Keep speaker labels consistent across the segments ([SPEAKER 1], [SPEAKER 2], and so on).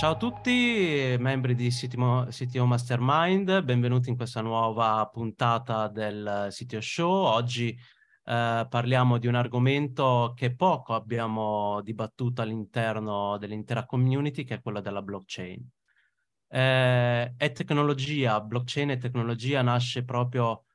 [SPEAKER 1] Ciao a tutti, membri di CTO Mastermind, benvenuti in questa nuova puntata del CTO Show. Oggi parliamo di un argomento che poco abbiamo dibattuto all'interno dell'intera community, che è quello della blockchain. È tecnologia, blockchain e tecnologia nasce proprio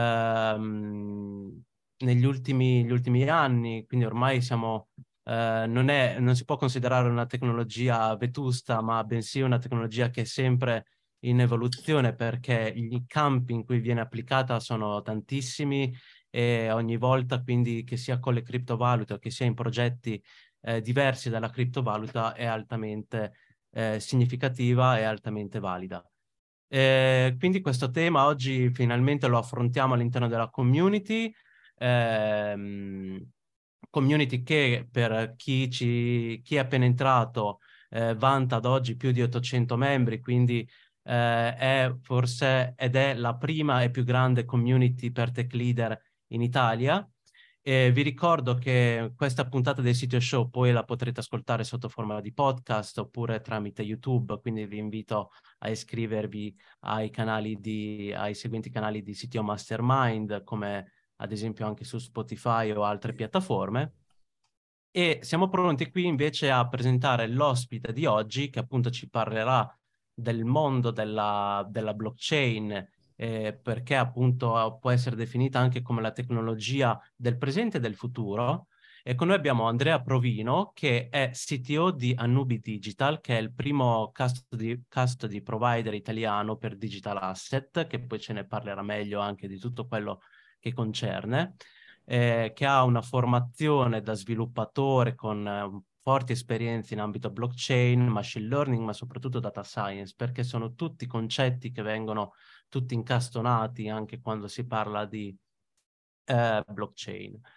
[SPEAKER 1] negli gli ultimi anni, quindi ormai siamo non si può considerare una tecnologia vetusta, ma bensì una tecnologia che è sempre in evoluzione perché i campi in cui viene applicata sono tantissimi e ogni volta quindi che sia con le criptovalute o che sia in progetti diversi dalla criptovaluta è altamente significativa e altamente valida. Quindi questo tema oggi finalmente lo affrontiamo all'interno della community. Ehm, Community che per chi è appena entrato vanta ad oggi più di 800 membri, quindi è forse ed è la prima e più grande community per tech leader in Italia. Vi ricordo che questa puntata del Sitio Show poi la potrete ascoltare sotto forma di podcast oppure tramite YouTube, quindi vi invito a iscrivervi ai seguenti canali di Sitio Mastermind, come ad esempio anche su Spotify o altre piattaforme. E siamo pronti qui invece a presentare l'ospite di oggi, che appunto ci parlerà del mondo della blockchain, perché appunto può essere definita anche come la tecnologia del presente e del futuro. E con noi abbiamo Andrea Provino, che è CTO di Annubi Digital, che è il primo custody provider italiano per digital asset, che poi ce ne parlerà meglio anche di tutto quello che concerne. Che ha una formazione da sviluppatore con forti esperienze in ambito blockchain, machine learning, ma soprattutto data science, perché sono tutti concetti che vengono tutti incastonati anche quando si parla di blockchain.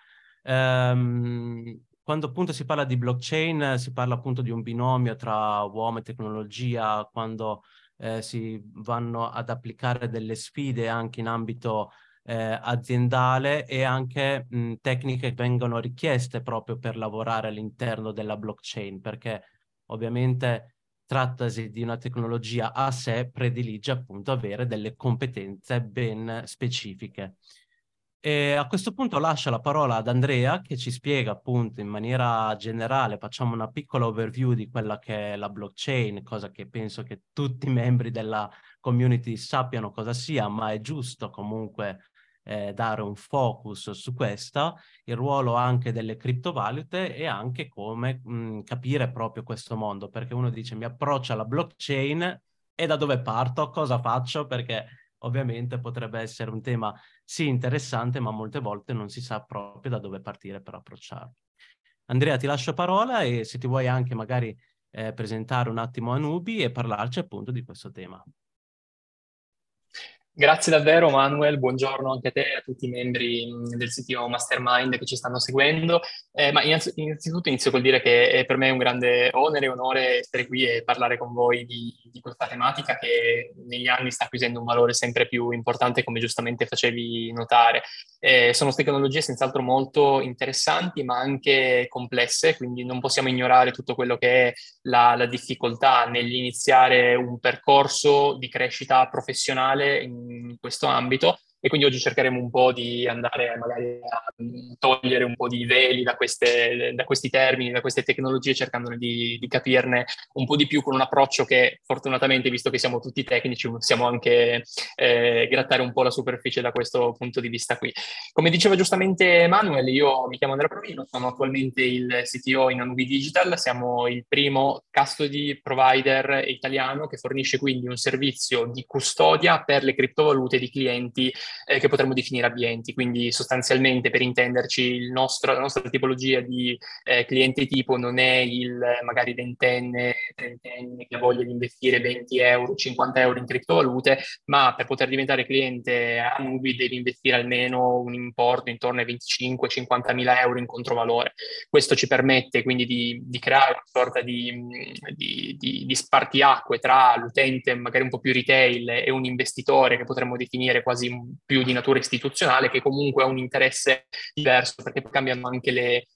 [SPEAKER 1] Quando appunto si parla di blockchain, si parla appunto di un binomio tra uomo e tecnologia, quando si vanno ad applicare delle sfide anche in ambito aziendale e anche tecniche che vengono richieste proprio per lavorare all'interno della blockchain, perché ovviamente trattasi di una tecnologia a sé, predilige appunto avere delle competenze ben specifiche. E a questo punto lascio la parola ad Andrea che ci spiega appunto in maniera generale, facciamo una piccola overview di quella che è la blockchain, cosa che penso che tutti i membri della community sappiano cosa sia, ma è giusto comunque dare un focus su questa, il ruolo anche delle criptovalute e anche come capire proprio questo mondo, perché uno dice mi approccio alla blockchain e da dove parto, cosa faccio, perché ovviamente potrebbe essere un tema sì interessante, ma molte volte non si sa proprio da dove partire per approcciarlo. Andrea, ti lascio parola e se ti vuoi anche magari presentare un attimo a Nubi e parlarci appunto di questo tema.
[SPEAKER 2] Grazie davvero Manuel, buongiorno anche a te e a tutti i membri del sito Mastermind che ci stanno seguendo. Ma innanzitutto inizio col dire che è per me un grande onere e onore essere qui e parlare con voi di questa tematica che negli anni sta acquisendo un valore sempre più importante, come giustamente facevi notare. Sono tecnologie senz'altro molto interessanti, ma anche complesse, quindi non possiamo ignorare tutto quello che è la difficoltà nell'iniziare un percorso di crescita professionale in questo ambito. E quindi oggi cercheremo un po' di andare magari a togliere un po' di veli da questi termini, da queste tecnologie, cercando di capirne un po' di più con un approccio che fortunatamente, visto che siamo tutti tecnici, possiamo anche grattare un po' la superficie da questo punto di vista qui. Come diceva giustamente Manuel, io mi chiamo Andrea Provino, sono attualmente il CTO in Anubi Digital, siamo il primo custody provider italiano che fornisce quindi un servizio di custodia per le criptovalute di clienti che potremmo definire abbienti, quindi sostanzialmente per intenderci la nostra tipologia di cliente tipo non è il magari ventenne, trentenne che ha voglia di investire 20 euro, 50 euro in criptovalute, ma per poter diventare cliente a Nubi devi investire almeno un importo intorno ai 25-50 mila euro in controvalore. Questo ci permette quindi di creare una sorta di spartiacque tra l'utente magari un po' più retail e un investitore che potremmo definire quasi più di natura istituzionale, che comunque ha un interesse diverso perché cambiano anche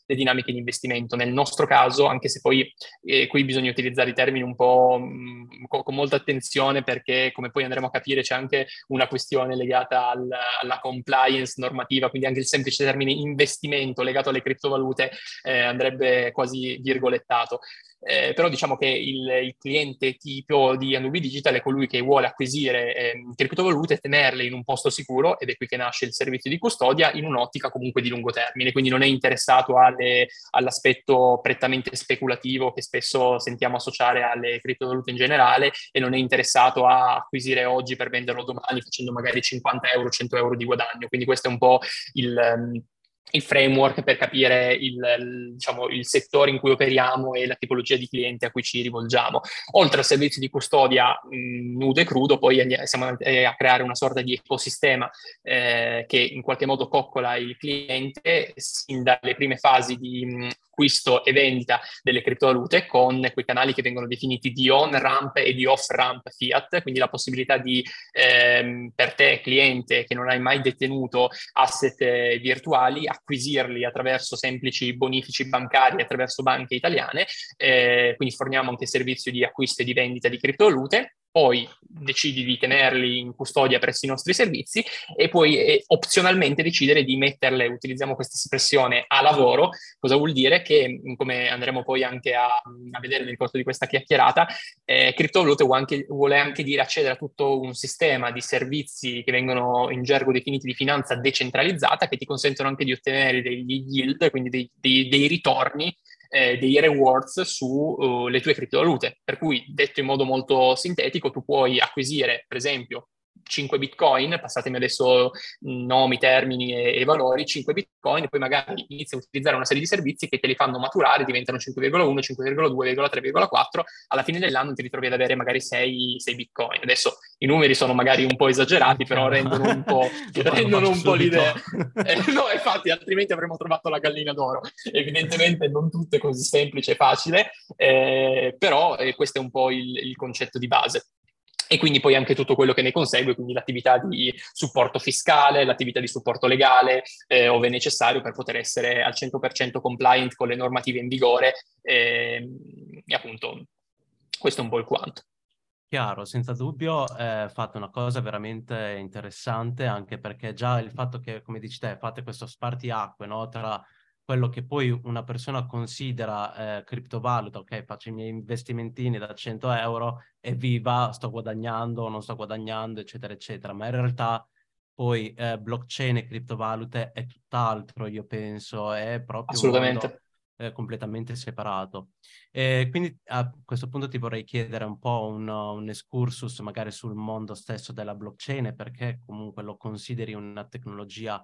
[SPEAKER 2] le dinamiche di investimento. Nel nostro caso, anche se poi qui bisogna utilizzare i termini un po' con molta attenzione, perché come poi andremo a capire c'è anche una questione legata alla compliance normativa, quindi anche il semplice termine investimento legato alle criptovalute andrebbe quasi virgolettato. Però diciamo che il cliente tipo di Anubi Digital è colui che vuole acquisire criptovalute e tenerle in un posto sicuro, ed è qui che nasce il servizio di custodia in un'ottica comunque di lungo termine, quindi non è interessato all'aspetto prettamente speculativo che spesso sentiamo associare alle criptovalute in generale, e non è interessato a acquisire oggi per venderlo domani facendo magari 50 euro, 100 euro di guadagno. Quindi questo è un po' il framework per capire diciamo, il settore in cui operiamo e la tipologia di clienti a cui ci rivolgiamo. Oltre al servizio di custodia nudo e crudo, poi siamo a creare una sorta di ecosistema che in qualche modo coccola il cliente sin dalle prime fasi di acquisto e vendita delle criptovalute, con quei canali che vengono definiti di on-ramp e di off-ramp fiat, quindi la possibilità di, per te cliente che non hai mai detenuto asset virtuali, acquisirli attraverso semplici bonifici bancari attraverso banche italiane, quindi forniamo anche servizio di acquisto e di vendita di criptovalute. Poi decidi di tenerli in custodia presso i nostri servizi e poi opzionalmente decidere di metterle, utilizziamo questa espressione, a lavoro. Cosa vuol dire? Che, come andremo poi anche a vedere nel corso di questa chiacchierata, criptovalute vuole anche dire accedere a tutto un sistema di servizi che vengono in gergo definiti di finanza decentralizzata, che ti consentono anche di ottenere degli yield, quindi dei ritorni, dei rewards su le tue criptovalute. Per cui, detto in modo molto sintetico, tu puoi acquisire, per esempio, 5 bitcoin, passatemi adesso nomi, termini e valori, 5 bitcoin, e poi magari inizi a utilizzare una serie di servizi che te li fanno maturare, diventano 5,1, 5,2, 3,4, alla fine dell'anno ti ritrovi ad avere magari 6 bitcoin. Adesso i numeri sono magari un po' esagerati, però rendono un po', rendono un po' l'idea. No, infatti, altrimenti avremmo trovato la gallina d'oro. Evidentemente non tutto è così semplice e facile, però questo è un po' il concetto di base. E quindi poi anche tutto quello che ne consegue, quindi l'attività di supporto fiscale, l'attività di supporto legale, ove necessario, per poter essere al 100% compliant con le normative in vigore. E appunto, questo è un po' il quanto.
[SPEAKER 1] Chiaro, senza dubbio, fate una cosa veramente interessante, anche perché già il fatto che, come dici te, fate questo spartiacque, no, tra quello che poi una persona considera criptovaluta, ok, faccio i miei investimentini da 100 euro e viva, sto guadagnando, non sto guadagnando, eccetera, eccetera, ma in realtà poi blockchain e criptovalute è tutt'altro, io penso, è proprio un mondo
[SPEAKER 2] Assolutamente.
[SPEAKER 1] completamente separato. Quindi a questo punto ti vorrei chiedere un po' un excursus magari sul mondo stesso della blockchain, perché comunque lo consideri una tecnologia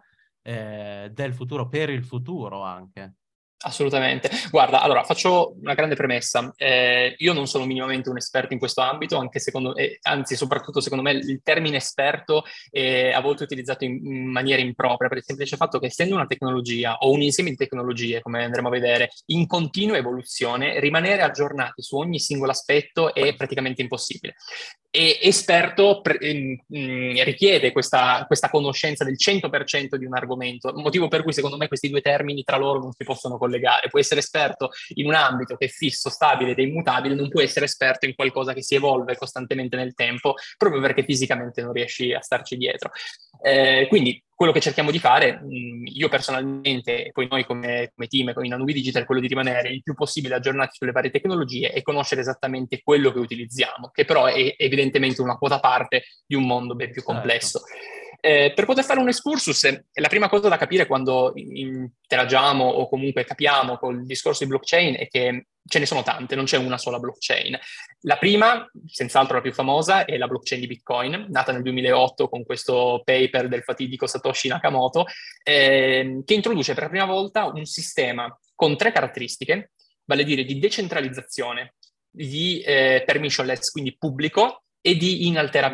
[SPEAKER 1] del futuro, per il futuro anche.
[SPEAKER 2] Assolutamente. Guarda, allora faccio una grande premessa. Io non sono minimamente un esperto in questo ambito, anche anzi, soprattutto secondo me il termine esperto è a volte utilizzato in maniera impropria, per il semplice fatto che, essendo una tecnologia o un insieme di tecnologie, come andremo a vedere, in continua evoluzione, rimanere aggiornati su ogni singolo aspetto è praticamente impossibile. E esperto richiede questa conoscenza del 100% di un argomento, motivo per cui secondo me questi due termini tra loro non si possono collegare. Puoi essere esperto in un ambito che è fisso, stabile ed è immutabile, non puoi essere esperto in qualcosa che si evolve costantemente nel tempo, proprio perché fisicamente non riesci a starci dietro. Quindi quello che cerchiamo di fare, io personalmente, e poi noi come team in Anubi Digital, è quello di rimanere il più possibile aggiornati sulle varie tecnologie e conoscere esattamente quello che utilizziamo, che però è evidentemente una quota parte di un mondo ben più
[SPEAKER 1] Certo.
[SPEAKER 2] complesso. Per poter fare un excursus, la prima cosa da capire quando interagiamo o comunque capiamo col discorso di blockchain è che ce ne sono tante, non c'è una sola blockchain. La prima, senz'altro la più famosa, è la blockchain di Bitcoin, nata nel 2008 con questo paper del fatidico Satoshi Nakamoto, che introduce per la prima volta un sistema con tre caratteristiche, vale a dire di decentralizzazione, di permissionless, quindi pubblico, e di inalterabilità.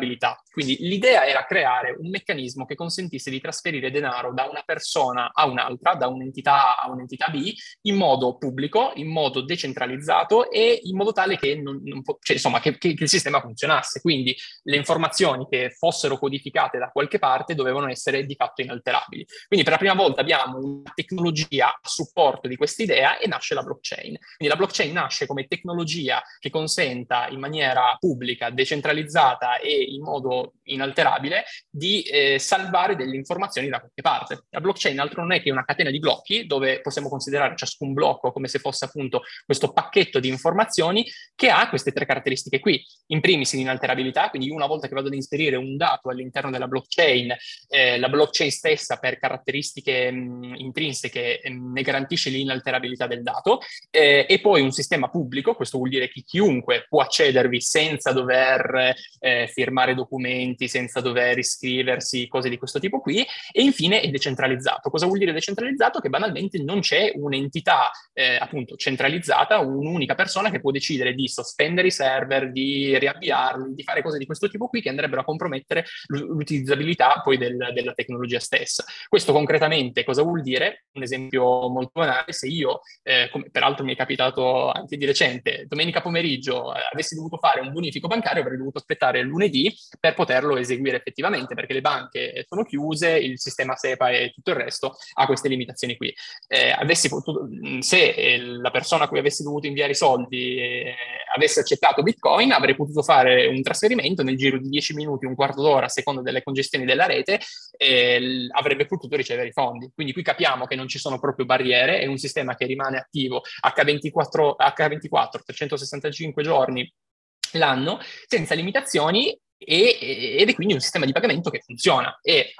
[SPEAKER 2] Quindi l'idea era creare un meccanismo che consentisse di trasferire denaro da una persona a un'altra, da un'entità A a un'entità B, in modo pubblico, in modo decentralizzato e in modo tale che, cioè, insomma, che il sistema funzionasse. Quindi le informazioni che fossero codificate da qualche parte dovevano essere di fatto inalterabili. Quindi per la prima volta abbiamo una tecnologia a supporto di questa idea e nasce la blockchain. Quindi la blockchain nasce come tecnologia che consenta in maniera pubblica, decentralizzata e in modo inalterabile di salvare delle informazioni da qualche parte. La blockchain altro non è che una catena di blocchi dove possiamo considerare ciascun blocco come se fosse appunto questo pacchetto di informazioni che ha queste tre caratteristiche qui. In primis l'inalterabilità, quindi una volta che vado ad inserire un dato all'interno della blockchain, la blockchain stessa per caratteristiche intrinseche ne garantisce l'inalterabilità del dato, e poi un sistema pubblico, questo vuol dire che chiunque può accedervi senza dover firmare documenti, senza dover iscriversi, cose di questo tipo qui, e infine è decentralizzato. Cosa vuol dire decentralizzato? Che banalmente non c'è un'entità appunto centralizzata, un'unica persona che può decidere di sospendere i server, di riavviarli, di fare cose di questo tipo qui che andrebbero a compromettere l'utilizzabilità poi della tecnologia stessa. Questo concretamente cosa vuol dire? Un esempio molto banale: se io, come peraltro mi è capitato anche di recente, domenica pomeriggio avessi dovuto fare un bonifico bancario, avrei dovuto aspettare lunedì per poterlo eseguire effettivamente, perché le banche sono chiuse, il sistema SEPA e tutto il resto ha queste limitazioni qui. Avessi potuto, se la persona a cui avessi dovuto inviare i soldi avesse accettato Bitcoin, avrei potuto fare un trasferimento nel giro di 10 minuti, un quarto d'ora, a seconda delle congestioni della rete, avrebbe potuto ricevere i fondi. Quindi qui capiamo che non ci sono proprio barriere, è un sistema che rimane attivo H24, 365 giorni l'anno, senza limitazioni, ed è quindi un sistema di pagamento che funziona. E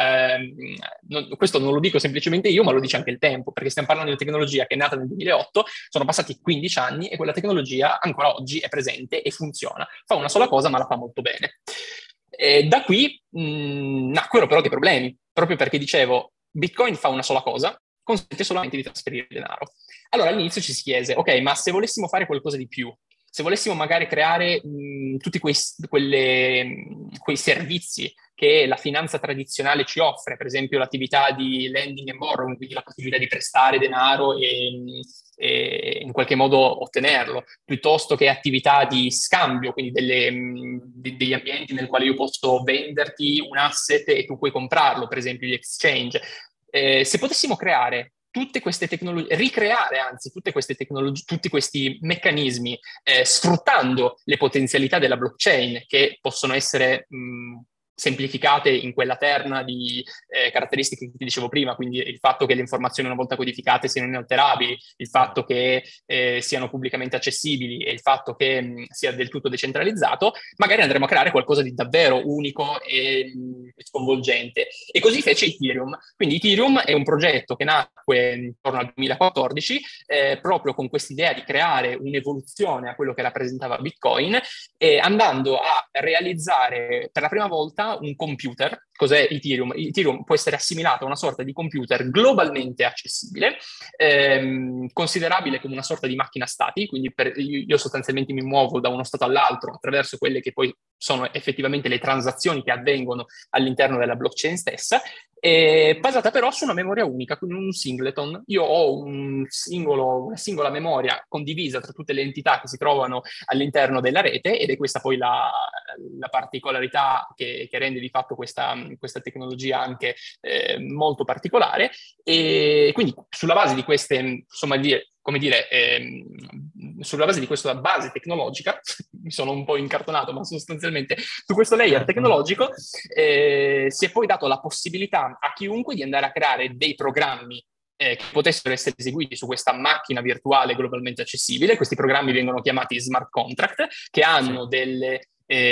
[SPEAKER 2] questo non lo dico semplicemente io, ma lo dice anche il tempo, perché stiamo parlando di una tecnologia che è nata nel 2008, sono passati 15 anni e quella tecnologia ancora oggi è presente e funziona. Fa una sola cosa, ma la fa molto bene. Da qui nacquero però dei problemi, proprio perché dicevo, Bitcoin fa una sola cosa, consente solamente di trasferire denaro. Allora all'inizio ci si chiese, ok, ma se volessimo fare qualcosa di più, se volessimo magari creare tutti quei servizi che la finanza tradizionale ci offre, per esempio l'attività di lending and borrowing, quindi la possibilità di prestare denaro e in qualche modo ottenerlo, piuttosto che attività di scambio, quindi degli ambienti nel quale io posso venderti un asset e tu puoi comprarlo, per esempio gli exchange. Se potessimo creare tutte queste tecnologie, ricreare anzi tutte queste tecnologie, tutti questi meccanismi, sfruttando le potenzialità della blockchain che possono essere semplificate in quella terna di caratteristiche che ti dicevo prima, quindi il fatto che le informazioni una volta codificate siano inalterabili, il fatto che siano pubblicamente accessibili e il fatto che sia del tutto decentralizzato, magari andremo a creare qualcosa di davvero unico e sconvolgente. E così fece Ethereum. Quindi Ethereum è un progetto che nacque intorno al 2014 proprio con quest'idea di creare un'evoluzione a quello che rappresentava Bitcoin, andando a realizzare per la prima volta un computer. Cos'è Ethereum? Ethereum può essere assimilato a una sorta di computer globalmente accessibile, considerabile come una sorta di macchina stati, quindi io sostanzialmente mi muovo da uno stato all'altro attraverso quelle che poi sono effettivamente le transazioni che avvengono all'interno della blockchain stessa, basata però su una memoria unica, quindi un singleton. Io ho una singola memoria condivisa tra tutte le entità che si trovano all'interno della rete, ed è questa poi la particolarità che rende di fatto questa tecnologia anche molto particolare. E quindi sulla base di queste, insomma, sulla base di questa base tecnologica, mi sono un po' incartonato, ma sostanzialmente su questo layer tecnologico si è poi dato la possibilità a chiunque di andare a creare dei programmi che potessero essere eseguiti su questa macchina virtuale globalmente accessibile. Questi programmi vengono chiamati smart contract, che hanno delle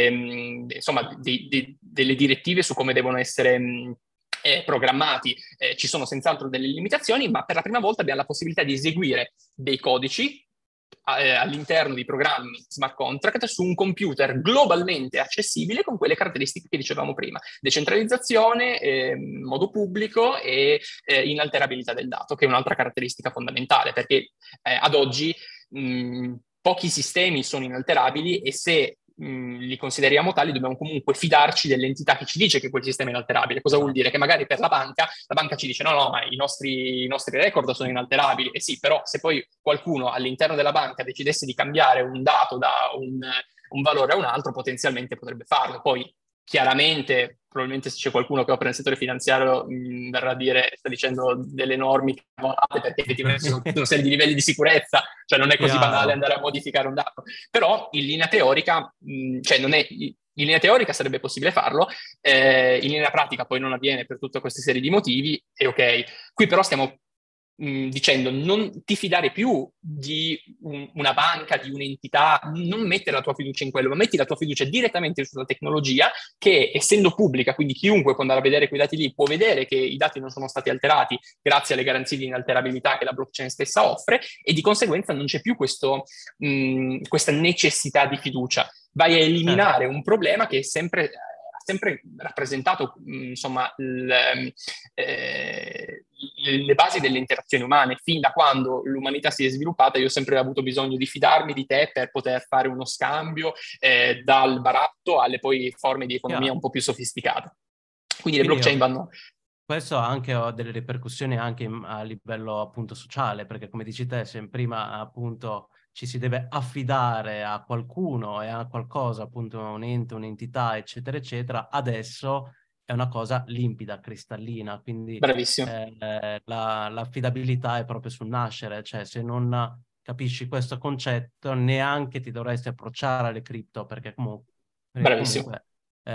[SPEAKER 2] direttive su come devono essere programmati. Ci sono senz'altro delle limitazioni, ma per la prima volta abbiamo la possibilità di eseguire dei codici all'interno di programmi smart contract su un computer globalmente accessibile con quelle caratteristiche che dicevamo prima: decentralizzazione, modo pubblico e inalterabilità del dato, che è un'altra caratteristica fondamentale, perché ad oggi pochi sistemi sono inalterabili, e se li consideriamo tali, dobbiamo comunque fidarci dell'entità che ci dice che quel sistema è inalterabile. Cosa vuol dire? Che magari per la banca ci dice no, ma i nostri record sono inalterabili. E sì, però se poi qualcuno all'interno della banca decidesse di cambiare un dato da un valore a un altro, potenzialmente potrebbe farlo. Poi chiaramente, probabilmente se c'è qualcuno che opera nel settore finanziario verrà a dire, sta dicendo delle enormi cavolate, perché effettivamente sono tutta una serie di livelli di sicurezza, cioè non è così banale
[SPEAKER 1] Chiaro.
[SPEAKER 2] andare a modificare un dato. Però in linea teorica, cioè non è... In linea teorica sarebbe possibile farlo, in linea pratica poi non avviene per tutta questa serie di motivi, e ok. Qui però stiamo dicendo non ti fidare più di una banca, di un'entità, non mettere la tua fiducia in quello, ma metti la tua fiducia direttamente sulla tecnologia che, essendo pubblica, quindi chiunque può andare a vedere quei dati lì, può vedere che i dati non sono stati alterati grazie alle garanzie di inalterabilità che la blockchain stessa offre, e di conseguenza non c'è più questa necessità di fiducia. Vai a
[SPEAKER 1] Certo.
[SPEAKER 2] eliminare un problema che è sempre rappresentato, insomma, le basi delle interazioni umane. Fin da quando l'umanità si è sviluppata, io ho sempre avuto bisogno di fidarmi di te per poter fare uno scambio, dal baratto alle poi forme di economia un
[SPEAKER 1] Chiaro.
[SPEAKER 2] po' più sofisticate. Quindi le
[SPEAKER 1] Quindi
[SPEAKER 2] blockchain vanno...
[SPEAKER 1] questo anche ha delle ripercussioni anche a livello appunto sociale, perché come dici te, se prima appunto ci si deve affidare a qualcuno e a qualcosa, appunto un ente, un'entità, eccetera, eccetera, adesso è una cosa limpida, cristallina, quindi
[SPEAKER 2] Bravissimo.
[SPEAKER 1] l'affidabilità è proprio sul nascere, cioè se non capisci questo concetto neanche ti dovresti approcciare alle cripto, perché
[SPEAKER 2] Bravissimo.
[SPEAKER 1] comunque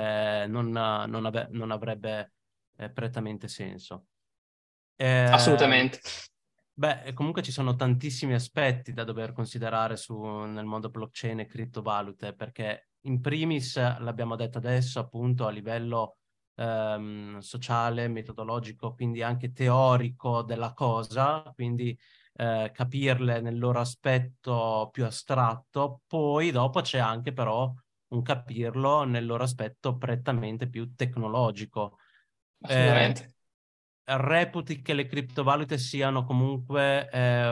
[SPEAKER 1] non avrebbe prettamente senso. Eh,
[SPEAKER 2] Assolutamente.
[SPEAKER 1] beh, comunque ci sono tantissimi aspetti da dover considerare nel mondo blockchain e criptovalute, perché in primis, l'abbiamo detto adesso, appunto a livello sociale, metodologico, quindi anche teorico della cosa, quindi capirle nel loro aspetto più astratto, poi dopo c'è anche però un capirlo nel loro aspetto prettamente più tecnologico. Eh,
[SPEAKER 2] Assolutamente.
[SPEAKER 1] reputi che le criptovalute siano comunque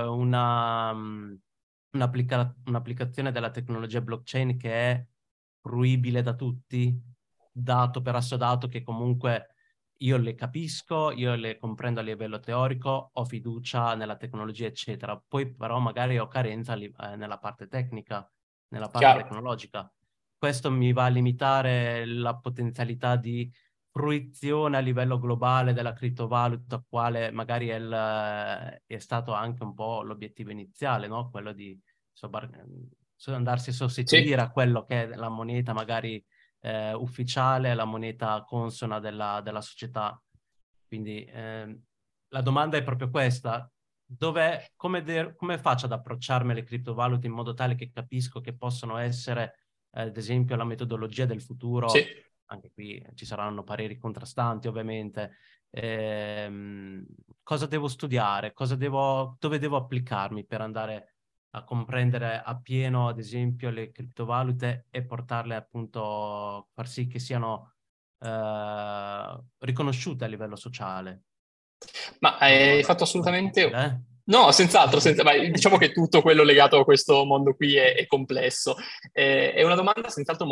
[SPEAKER 1] un'applicazione della tecnologia blockchain che è fruibile da tutti, dato per assodato che comunque io le capisco, io le comprendo a livello teorico, ho fiducia nella tecnologia, eccetera. Poi però magari ho carenza nella parte tecnica, nella parte
[SPEAKER 2] Chiaro.
[SPEAKER 1] tecnologica. Questo mi va a limitare la potenzialità di fruizione a livello globale della criptovaluta, quale magari è stato anche un po' l'obiettivo iniziale, no? Quello di andarsi a
[SPEAKER 2] Sì.
[SPEAKER 1] sostituire a quello che è la moneta magari ufficiale, la moneta consona della società. Quindi la domanda è proprio questa. Come faccio ad approcciarmi alle criptovalute in modo tale che capisco che possono essere, ad esempio, la metodologia del
[SPEAKER 2] Sì.
[SPEAKER 1] futuro? Anche qui ci saranno pareri contrastanti, ovviamente. Cosa devo studiare? Dove devo applicarmi per andare a comprendere appieno, ad esempio, le criptovalute e portarle appunto, far sì che siano riconosciute a livello sociale?
[SPEAKER 2] Ma
[SPEAKER 1] È una
[SPEAKER 2] hai
[SPEAKER 1] cosa
[SPEAKER 2] fatto
[SPEAKER 1] un po' difficile,
[SPEAKER 2] assolutamente...
[SPEAKER 1] eh?
[SPEAKER 2] No, senz'altro, ma diciamo che tutto quello legato a questo mondo qui è complesso. È una domanda senz'altro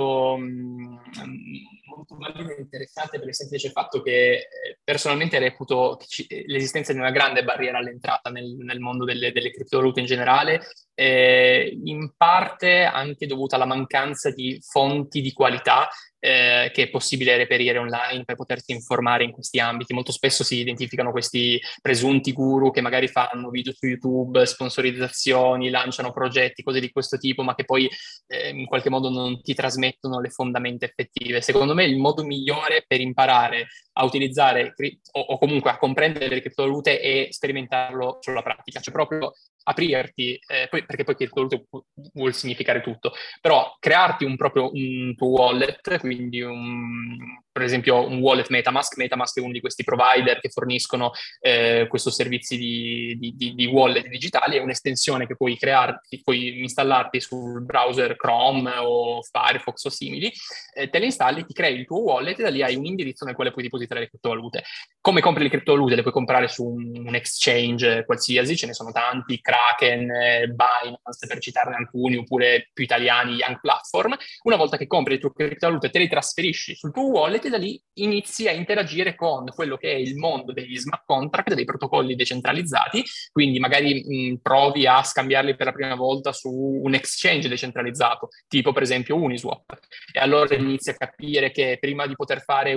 [SPEAKER 2] molto valida e interessante, per il semplice fatto che personalmente reputo che l'esistenza di una grande barriera all'entrata nel mondo delle criptovalute in generale, in parte anche dovuta alla mancanza di fonti di qualità che è possibile reperire online per potersi informare in questi ambiti. Molto spesso si identificano questi presunti guru che magari fanno video su YouTube, sponsorizzazioni, lanciano progetti, cose di questo tipo, ma che poi in qualche modo non ti trasmettono le fondamenta effettive. Secondo me il modo migliore per imparare a utilizzare o comunque a comprendere le criptovalute è sperimentarlo sulla pratica, cioè proprio aprirti, perché poi criptovalute vuol significare tutto, però crearti un tuo wallet, quindi per esempio un wallet MetaMask è uno di questi provider che forniscono questi servizi di wallet digitali, è un'estensione che puoi crearti, puoi installarti sul browser Chrome o Firefox o simili, te le installi, ti crei il tuo wallet e da lì hai un indirizzo nel quale puoi depositare le criptovalute. Come compri le criptovalute? Le puoi comprare su un exchange qualsiasi, ce ne sono tanti, Kraken, Binance per citarne alcuni, oppure più italiani, Young Platform. Una volta che compri le tue criptovalute, te le trasferisci sul tuo wallet e da lì inizi a interagire con quello che è il mondo degli smart contract, dei protocolli decentralizzati, quindi magari provi a scambiarli per la prima volta su un exchange decentralizzato, tipo per esempio Uniswap, e allora inizi a capire che prima di poter fare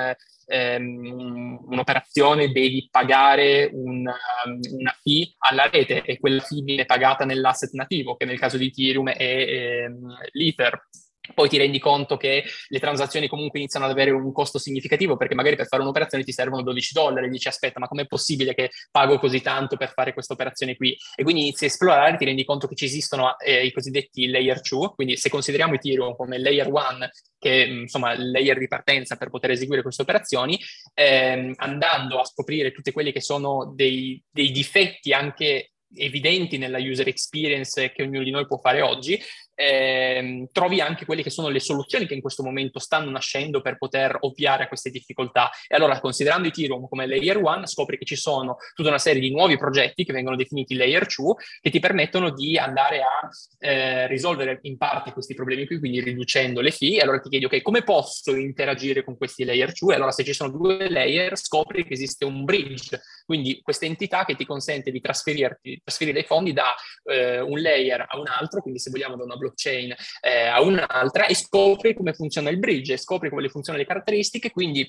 [SPEAKER 2] un'operazione devi pagare una fee alla rete e quella fee viene pagata nell'asset nativo, che nel caso di Ethereum è l'Ether. Poi ti rendi conto che le transazioni comunque iniziano ad avere un costo significativo, perché magari per fare un'operazione ti servono $12, dici aspetta, ma com'è possibile che pago così tanto per fare questa operazione qui? E quindi inizi a esplorare, ti rendi conto che ci esistono i cosiddetti layer 2, quindi se consideriamo Ethereum come layer 1, che è insomma il layer di partenza per poter eseguire queste operazioni, andando a scoprire tutti quelli che sono dei difetti anche evidenti nella user experience che ognuno di noi può fare oggi, trovi anche quelle che sono le soluzioni che in questo momento stanno nascendo per poter ovviare a queste difficoltà. E allora, considerando Ethereum come layer 1, scopri che ci sono tutta una serie di nuovi progetti che vengono definiti layer 2, che ti permettono di andare a risolvere in parte questi problemi qui, quindi riducendo le fee. E allora ti chiedi, ok, come posso interagire con questi layer 2? E allora, se ci sono due layer, scopri che esiste un bridge, quindi questa entità che ti consente di trasferire i fondi da un layer a un altro, quindi se vogliamo da una blockchain a un'altra, e scopri come funziona il bridge, scopri come funzionano le caratteristiche, quindi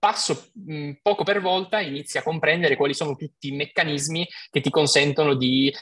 [SPEAKER 2] poco per volta inizi a comprendere quali sono tutti i meccanismi che ti consentono di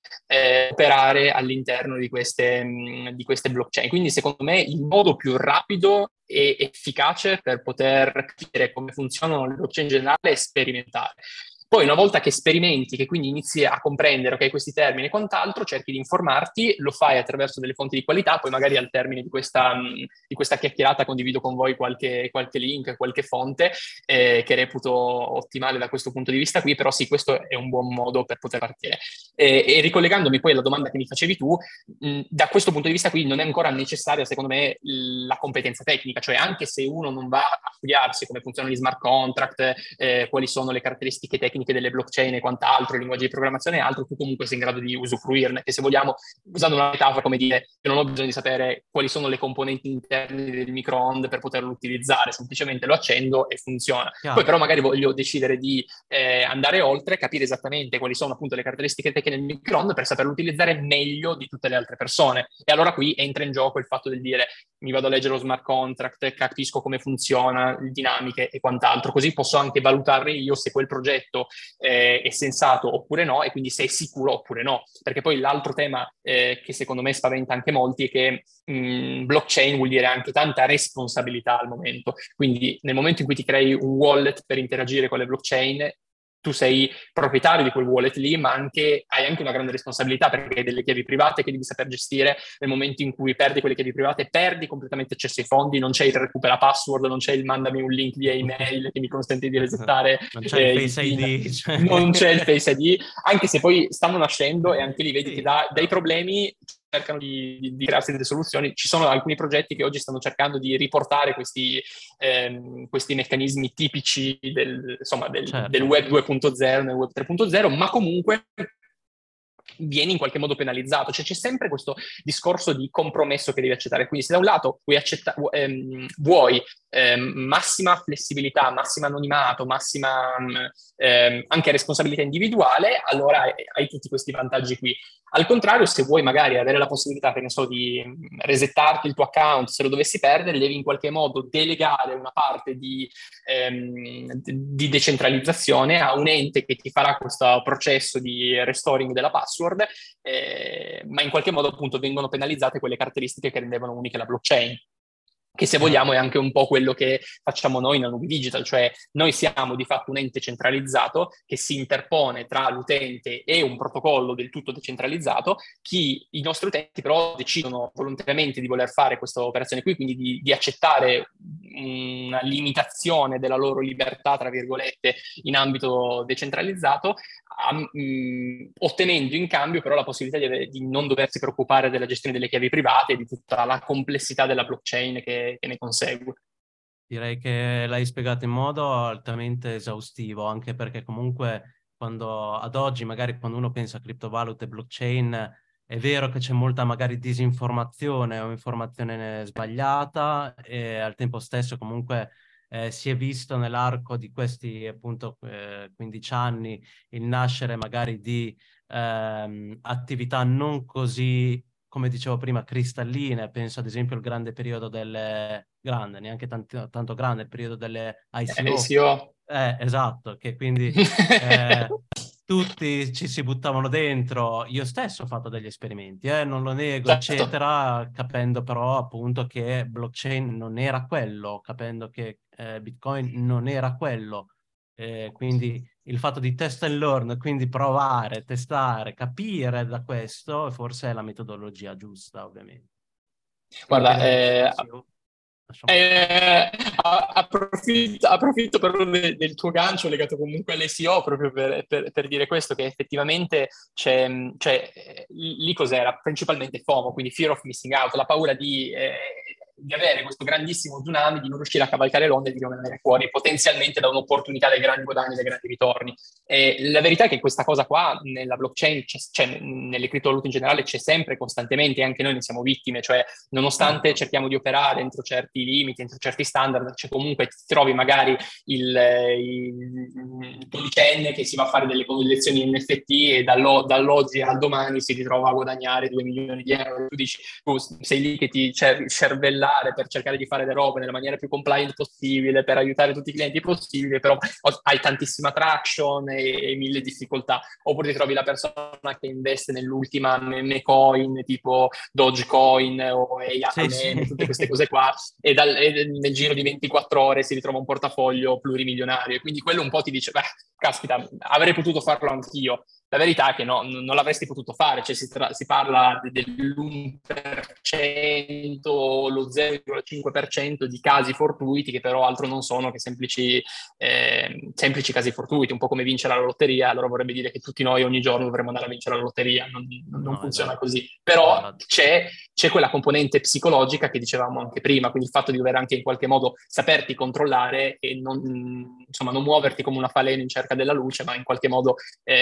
[SPEAKER 2] operare all'interno di queste blockchain. Quindi secondo me il modo più rapido e efficace per poter capire come funzionano le blockchain in generale è sperimentare. Poi una volta che sperimenti, che quindi inizi a comprendere questi termini e quant'altro, cerchi di informarti, lo fai attraverso delle fonti di qualità, poi magari al termine di questa chiacchierata condivido con voi qualche link, qualche fonte che reputo ottimale da questo punto di vista qui, però sì, questo è un buon modo per poter partire. E ricollegandomi poi alla domanda che mi facevi tu, da questo punto di vista qui non è ancora necessaria, secondo me, la competenza tecnica, cioè anche se uno non va a studiarsi come funzionano gli smart contract, quali sono le caratteristiche tecniche delle blockchain e quant'altro, linguaggi di programmazione e altro, tu comunque sei in grado di usufruirne, che se vogliamo, usando una metafora come dire, io non ho bisogno di sapere quali sono le componenti interne del microonde per poterlo utilizzare, semplicemente lo accendo e funziona.
[SPEAKER 1] Chiaro.
[SPEAKER 2] Poi però magari voglio decidere di andare oltre, capire esattamente quali sono appunto le caratteristiche tecniche del microonde per saperlo utilizzare meglio di tutte le altre persone. E allora qui entra in gioco il fatto del dire mi vado a leggere lo smart contract, capisco come funziona, le dinamiche e quant'altro, così posso anche valutare io se quel progetto è sensato oppure no, e quindi se è sicuro oppure no. Perché poi l'altro tema che secondo me spaventa anche molti è che blockchain vuol dire anche tanta responsabilità al momento. Quindi nel momento in cui ti crei un wallet per interagire con le blockchain, tu sei proprietario di quel wallet lì, ma hai anche una grande responsabilità, perché hai delle chiavi private che devi saper gestire. Nel momento in cui perdi quelle chiavi private, perdi completamente accesso ai fondi, non c'è il recupera password, non c'è il mandami un link via email che mi consente di resettare
[SPEAKER 1] non c'è il Face
[SPEAKER 2] PIN.
[SPEAKER 1] ID, cioè.
[SPEAKER 2] Non c'è il Face ID, anche se poi stanno nascendo e anche lì vedi che dai problemi cercano di crearsi delle soluzioni. Ci sono alcuni progetti che oggi stanno cercando di riportare questi meccanismi tipici del web 2.0 nel web 3.0, ma comunque vieni in qualche modo penalizzato, cioè c'è sempre questo discorso di compromesso che devi accettare. Quindi se da un lato vuoi massima flessibilità, massima anonimato, massima anche responsabilità individuale, allora hai tutti questi vantaggi qui. Al contrario, se vuoi magari avere la possibilità, che ne so, di resettarti il tuo account, se lo dovessi perdere, devi in qualche modo delegare una parte di decentralizzazione a un ente che ti farà questo processo di restoring della password, ma in qualche modo appunto vengono penalizzate quelle caratteristiche che rendevano uniche la blockchain. che se vogliamo è anche un po' quello che facciamo noi in Anubi Digital, cioè noi siamo di fatto un ente centralizzato che si interpone tra l'utente e un protocollo del tutto decentralizzato. I nostri utenti però decidono volontariamente di voler fare questa operazione qui, quindi di accettare una limitazione della loro libertà, tra virgolette, in ambito decentralizzato, ottenendo in cambio però la possibilità di non doversi preoccupare della gestione delle chiavi private e di tutta la complessità della blockchain che ne consegue.
[SPEAKER 1] Direi che l'hai spiegato in modo altamente esaustivo, anche perché comunque ad oggi, magari quando uno pensa a criptovalute e blockchain, è vero che c'è molta magari disinformazione o informazione sbagliata e al tempo stesso comunque si è visto nell'arco di questi appunto 15 anni il nascere magari di attività non così, come dicevo prima, cristalline. Penso ad esempio al grande periodo grande, neanche tanto grande, il periodo delle ICO.
[SPEAKER 2] ICO.
[SPEAKER 1] Esatto, che quindi eh, tutti ci si buttavano dentro. Io stesso ho fatto degli esperimenti, non lo nego,
[SPEAKER 2] Certo.
[SPEAKER 1] eccetera, capendo però appunto che blockchain non era quello, capendo che Bitcoin non era quello. Quindi il fatto di test and learn, quindi provare, testare, capire da questo, forse è la metodologia giusta, ovviamente. Quindi
[SPEAKER 2] Guarda,
[SPEAKER 1] vedremo. Sì, lasciamo stare.
[SPEAKER 2] approfitto però del tuo gancio legato comunque all'SEO proprio per dire questo, che effettivamente lì cos'era? Principalmente FOMO, quindi fear of missing out, la paura di avere questo grandissimo tsunami, di non riuscire a cavalcare l'onda e di rimanere fuori potenzialmente da un'opportunità dei grandi guadagni, dei grandi ritorni. E la verità è che questa cosa qua nella blockchain, nelle criptovalute in generale, c'è sempre costantemente, e anche noi ne siamo vittime, cioè nonostante
[SPEAKER 1] Certo.
[SPEAKER 2] cerchiamo di operare entro certi limiti, entro certi standard, cioè comunque ti trovi magari il dodicenne che si va a fare delle collezioni NFT e dall'oggi al domani si ritrova a guadagnare 2 milioni di euro. Tu dici, tu sei lì che ti cervellare per cercare di fare le robe nella maniera più compliant possibile, per aiutare tutti i clienti possibili, però hai tantissima traction e mille difficoltà. Oppure ti trovi la persona che investe nell'ultima meme coin tipo Dogecoin o
[SPEAKER 1] Sì,
[SPEAKER 2] AI,
[SPEAKER 1] sì.
[SPEAKER 2] tutte queste cose qua, e nel giro di 24 ore si ritrova un portafoglio plurimilionario. E quindi quello un po' ti dice, beh, caspita, avrei potuto farlo anch'io. La verità è che no, non l'avresti potuto fare, cioè si parla dell'1%, lo 0,5% di casi fortuiti che però altro non sono che semplici casi fortuiti, un po' come vincere la lotteria. Allora vorrebbe dire che tutti noi ogni giorno dovremmo andare a vincere la lotteria, non
[SPEAKER 1] No,
[SPEAKER 2] funziona
[SPEAKER 1] esatto.
[SPEAKER 2] così. Però
[SPEAKER 1] Esatto.
[SPEAKER 2] c'è quella componente psicologica che dicevamo anche prima, quindi il fatto di dover anche in qualche modo saperti controllare e insomma, non muoverti come una falena in cerca della luce, ma in qualche modo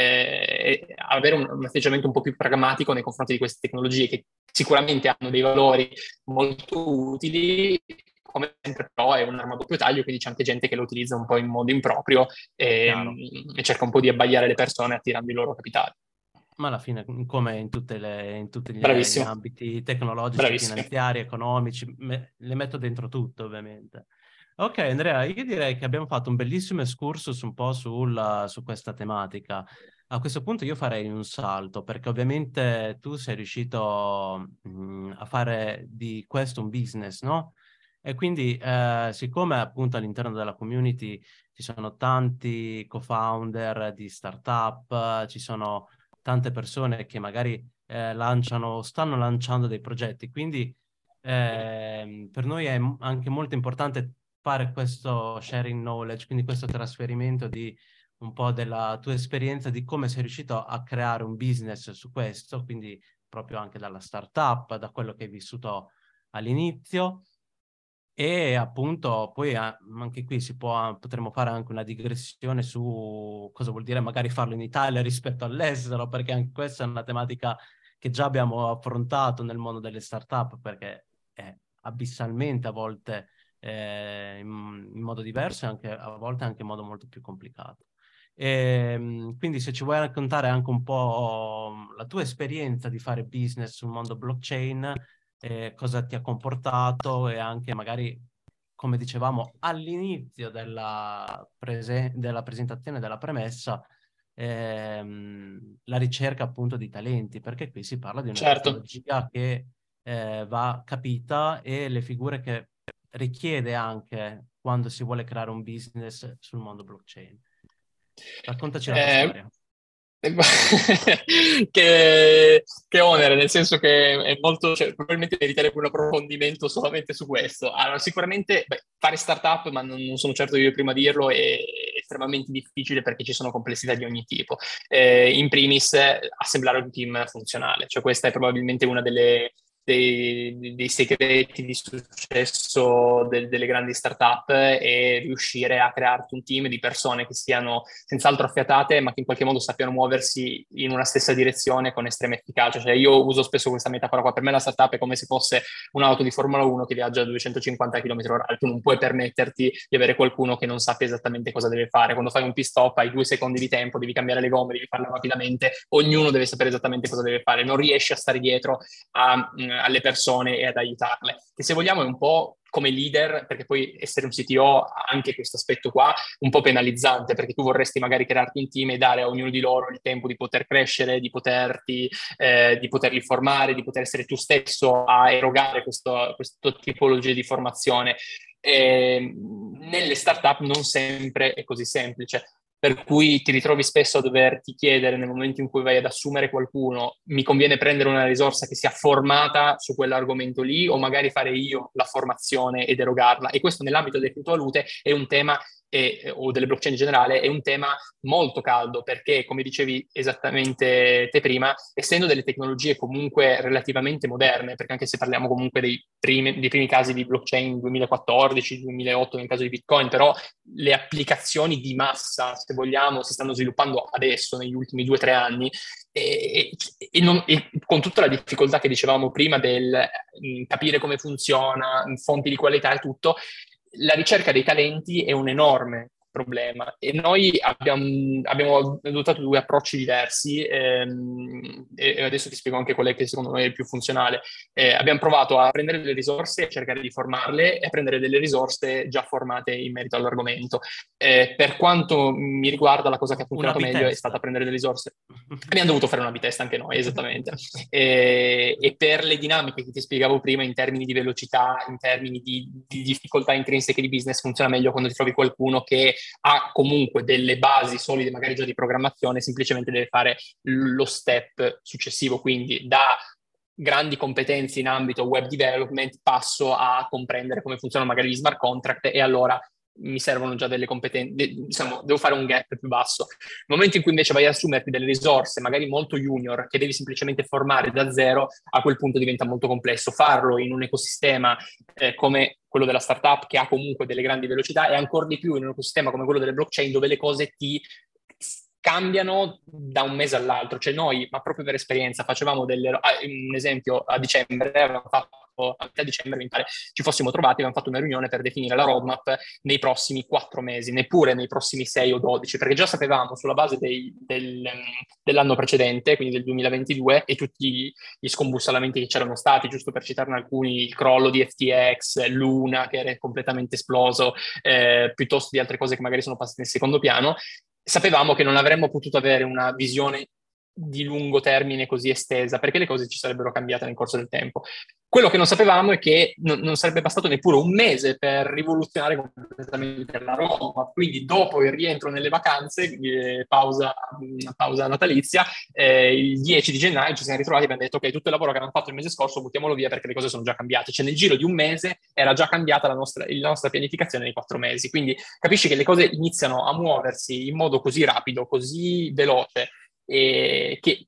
[SPEAKER 2] avere un atteggiamento un po' più pragmatico nei confronti di queste tecnologie che sicuramente hanno dei valori molto utili. Come sempre però è un'arma a doppio taglio, quindi c'è anche gente che lo utilizza un po' in modo improprio
[SPEAKER 1] Chiaro.
[SPEAKER 2] e cerca un po' di abbagliare le persone attirando i loro capitali.
[SPEAKER 1] Ma alla fine, come in tutti gli
[SPEAKER 2] Bravissimo,
[SPEAKER 1] ambiti tecnologici,
[SPEAKER 2] bravissimo.
[SPEAKER 1] finanziari, economici, le metto dentro tutto, ovviamente. Ok, Andrea, io direi che abbiamo fatto un bellissimo excursus un po' su questa tematica. A questo punto io farei un salto, perché ovviamente tu sei riuscito a fare di questo un business, no? E quindi, siccome appunto all'interno della community ci sono tanti co-founder di startup, ci sono tante persone che magari stanno lanciando dei progetti. Quindi per noi è anche molto importante fare questo sharing knowledge, quindi questo trasferimento di un po' della tua esperienza, di come sei riuscito a creare un business su questo, quindi proprio anche dalla startup, da quello che hai vissuto all'inizio. E appunto poi anche qui potremmo fare anche una digressione su cosa vuol dire magari farlo in Italia rispetto all'estero, perché anche questa è una tematica che già abbiamo affrontato nel mondo delle startup, perché è abissalmente a volte in modo diverso e anche, a volte anche in modo molto più complicato. Quindi se ci vuoi raccontare anche un po' la tua esperienza di fare business sul mondo blockchain, cosa ti ha comportato e anche magari, come dicevamo all'inizio della presentazione della premessa, la ricerca appunto di talenti, perché qui si parla di una
[SPEAKER 2] Certo.
[SPEAKER 1] tecnologia che va capita e le figure che richiede anche quando si vuole creare un business sul mondo blockchain. Raccontaci la tua storia.
[SPEAKER 2] Che onere, nel senso che è molto, cioè, probabilmente meriterebbe un approfondimento solamente su questo. Allora, sicuramente fare startup, ma non sono certo io prima a dirlo, è estremamente difficile perché ci sono complessità di ogni tipo. In primis, assemblare un team funzionale, cioè questa è probabilmente una dei segreti di successo delle grandi startup, è riuscire a crearti un team di persone che siano senz'altro affiatate, ma che in qualche modo sappiano muoversi in una stessa direzione con estrema efficacia. Cioè, io uso spesso questa metafora qua. Per me la startup è come se fosse un'auto di Formula 1 che viaggia a 250 km/h. Tu non puoi permetterti di avere qualcuno che non sappia esattamente cosa deve fare. Quando fai un pit stop hai 2 secondi di tempo, devi cambiare le gomme, devi farlo rapidamente, ognuno deve sapere esattamente cosa deve fare, non riesci a stare dietro alle persone e ad aiutarle. Che se vogliamo è un po' come leader, perché poi essere un CTO ha anche questo aspetto qua, un po' penalizzante, perché tu vorresti magari crearti un team e dare a ognuno di loro il tempo di poter crescere, di poterli formare, di poter essere tu stesso a erogare questo tipologia di formazione. Nelle startup non sempre è così semplice. Per cui ti ritrovi spesso a doverti chiedere nel momento in cui vai ad assumere qualcuno, mi conviene prendere una risorsa che sia formata su quell'argomento lì o magari fare io la formazione ed erogarla. E questo nell'ambito delle criptovalute è un tema, o delle blockchain in generale, è un tema molto caldo perché, come dicevi esattamente te prima, essendo delle tecnologie comunque relativamente moderne, perché anche se parliamo comunque dei primi casi di blockchain 2014-2008 nel caso di Bitcoin, però le applicazioni di massa, se vogliamo, si stanno sviluppando adesso, negli ultimi 2 o 3 anni, e con tutta la difficoltà che dicevamo prima del capire come funziona, fonti di qualità e tutto, la ricerca dei talenti è un enorme problema e noi abbiamo adottato 2 approcci diversi, e adesso ti spiego anche qual è che secondo me è il più funzionale. Abbiamo provato a prendere delle risorse e cercare di formarle e a prendere delle risorse già formate in merito all'argomento. Per quanto mi riguarda, la cosa che ha funzionato meglio è stata prendere delle risorse. Abbiamo dovuto fare una B-test anche noi, esattamente. E per le dinamiche che ti spiegavo prima in termini di velocità, in termini di difficoltà intrinseche di business, funziona meglio quando ti trovi qualcuno che ha comunque delle basi solide, magari già di programmazione, semplicemente deve fare lo step successivo, quindi da grandi competenze in ambito web development passo a comprendere come funzionano magari gli smart contract e allora mi servono già delle competenze, diciamo, devo fare un gap più basso. Nel momento in cui invece vai ad assumerti delle risorse, magari molto junior, che devi semplicemente formare da zero, a quel punto diventa molto complesso. Farlo in un ecosistema come quello della startup, che ha comunque delle grandi velocità, e ancora di più in un ecosistema come quello delle blockchain, dove le cose ti cambiano da un mese all'altro. Cioè noi, ma proprio per esperienza, facevamo un esempio, a dicembre, a metà dicembre mi pare, ci fossimo trovati, abbiamo fatto una riunione per definire la roadmap nei prossimi 4 mesi, neppure nei prossimi 6 o 12, perché già sapevamo sulla base dell'anno precedente, quindi del 2022, e tutti gli scombussolamenti che c'erano stati, giusto per citarne alcuni, il crollo di FTX, Luna che era completamente esploso, piuttosto di altre cose che magari sono passate in secondo piano, sapevamo che non avremmo potuto avere una visione di lungo termine così estesa, perché le cose ci sarebbero cambiate nel corso del tempo. Quello che non sapevamo è che non sarebbe bastato neppure un mese per rivoluzionare completamente la Roma. Quindi dopo il rientro nelle vacanze, pausa natalizia, il 10 di gennaio ci siamo ritrovati e abbiamo detto ok, tutto il lavoro che abbiamo fatto il mese scorso buttiamolo via perché le cose sono già cambiate. Cioè nel giro di un mese era già cambiata la nostra pianificazione nei 4 mesi. Quindi capisci che le cose iniziano a muoversi in modo così rapido, così veloce, che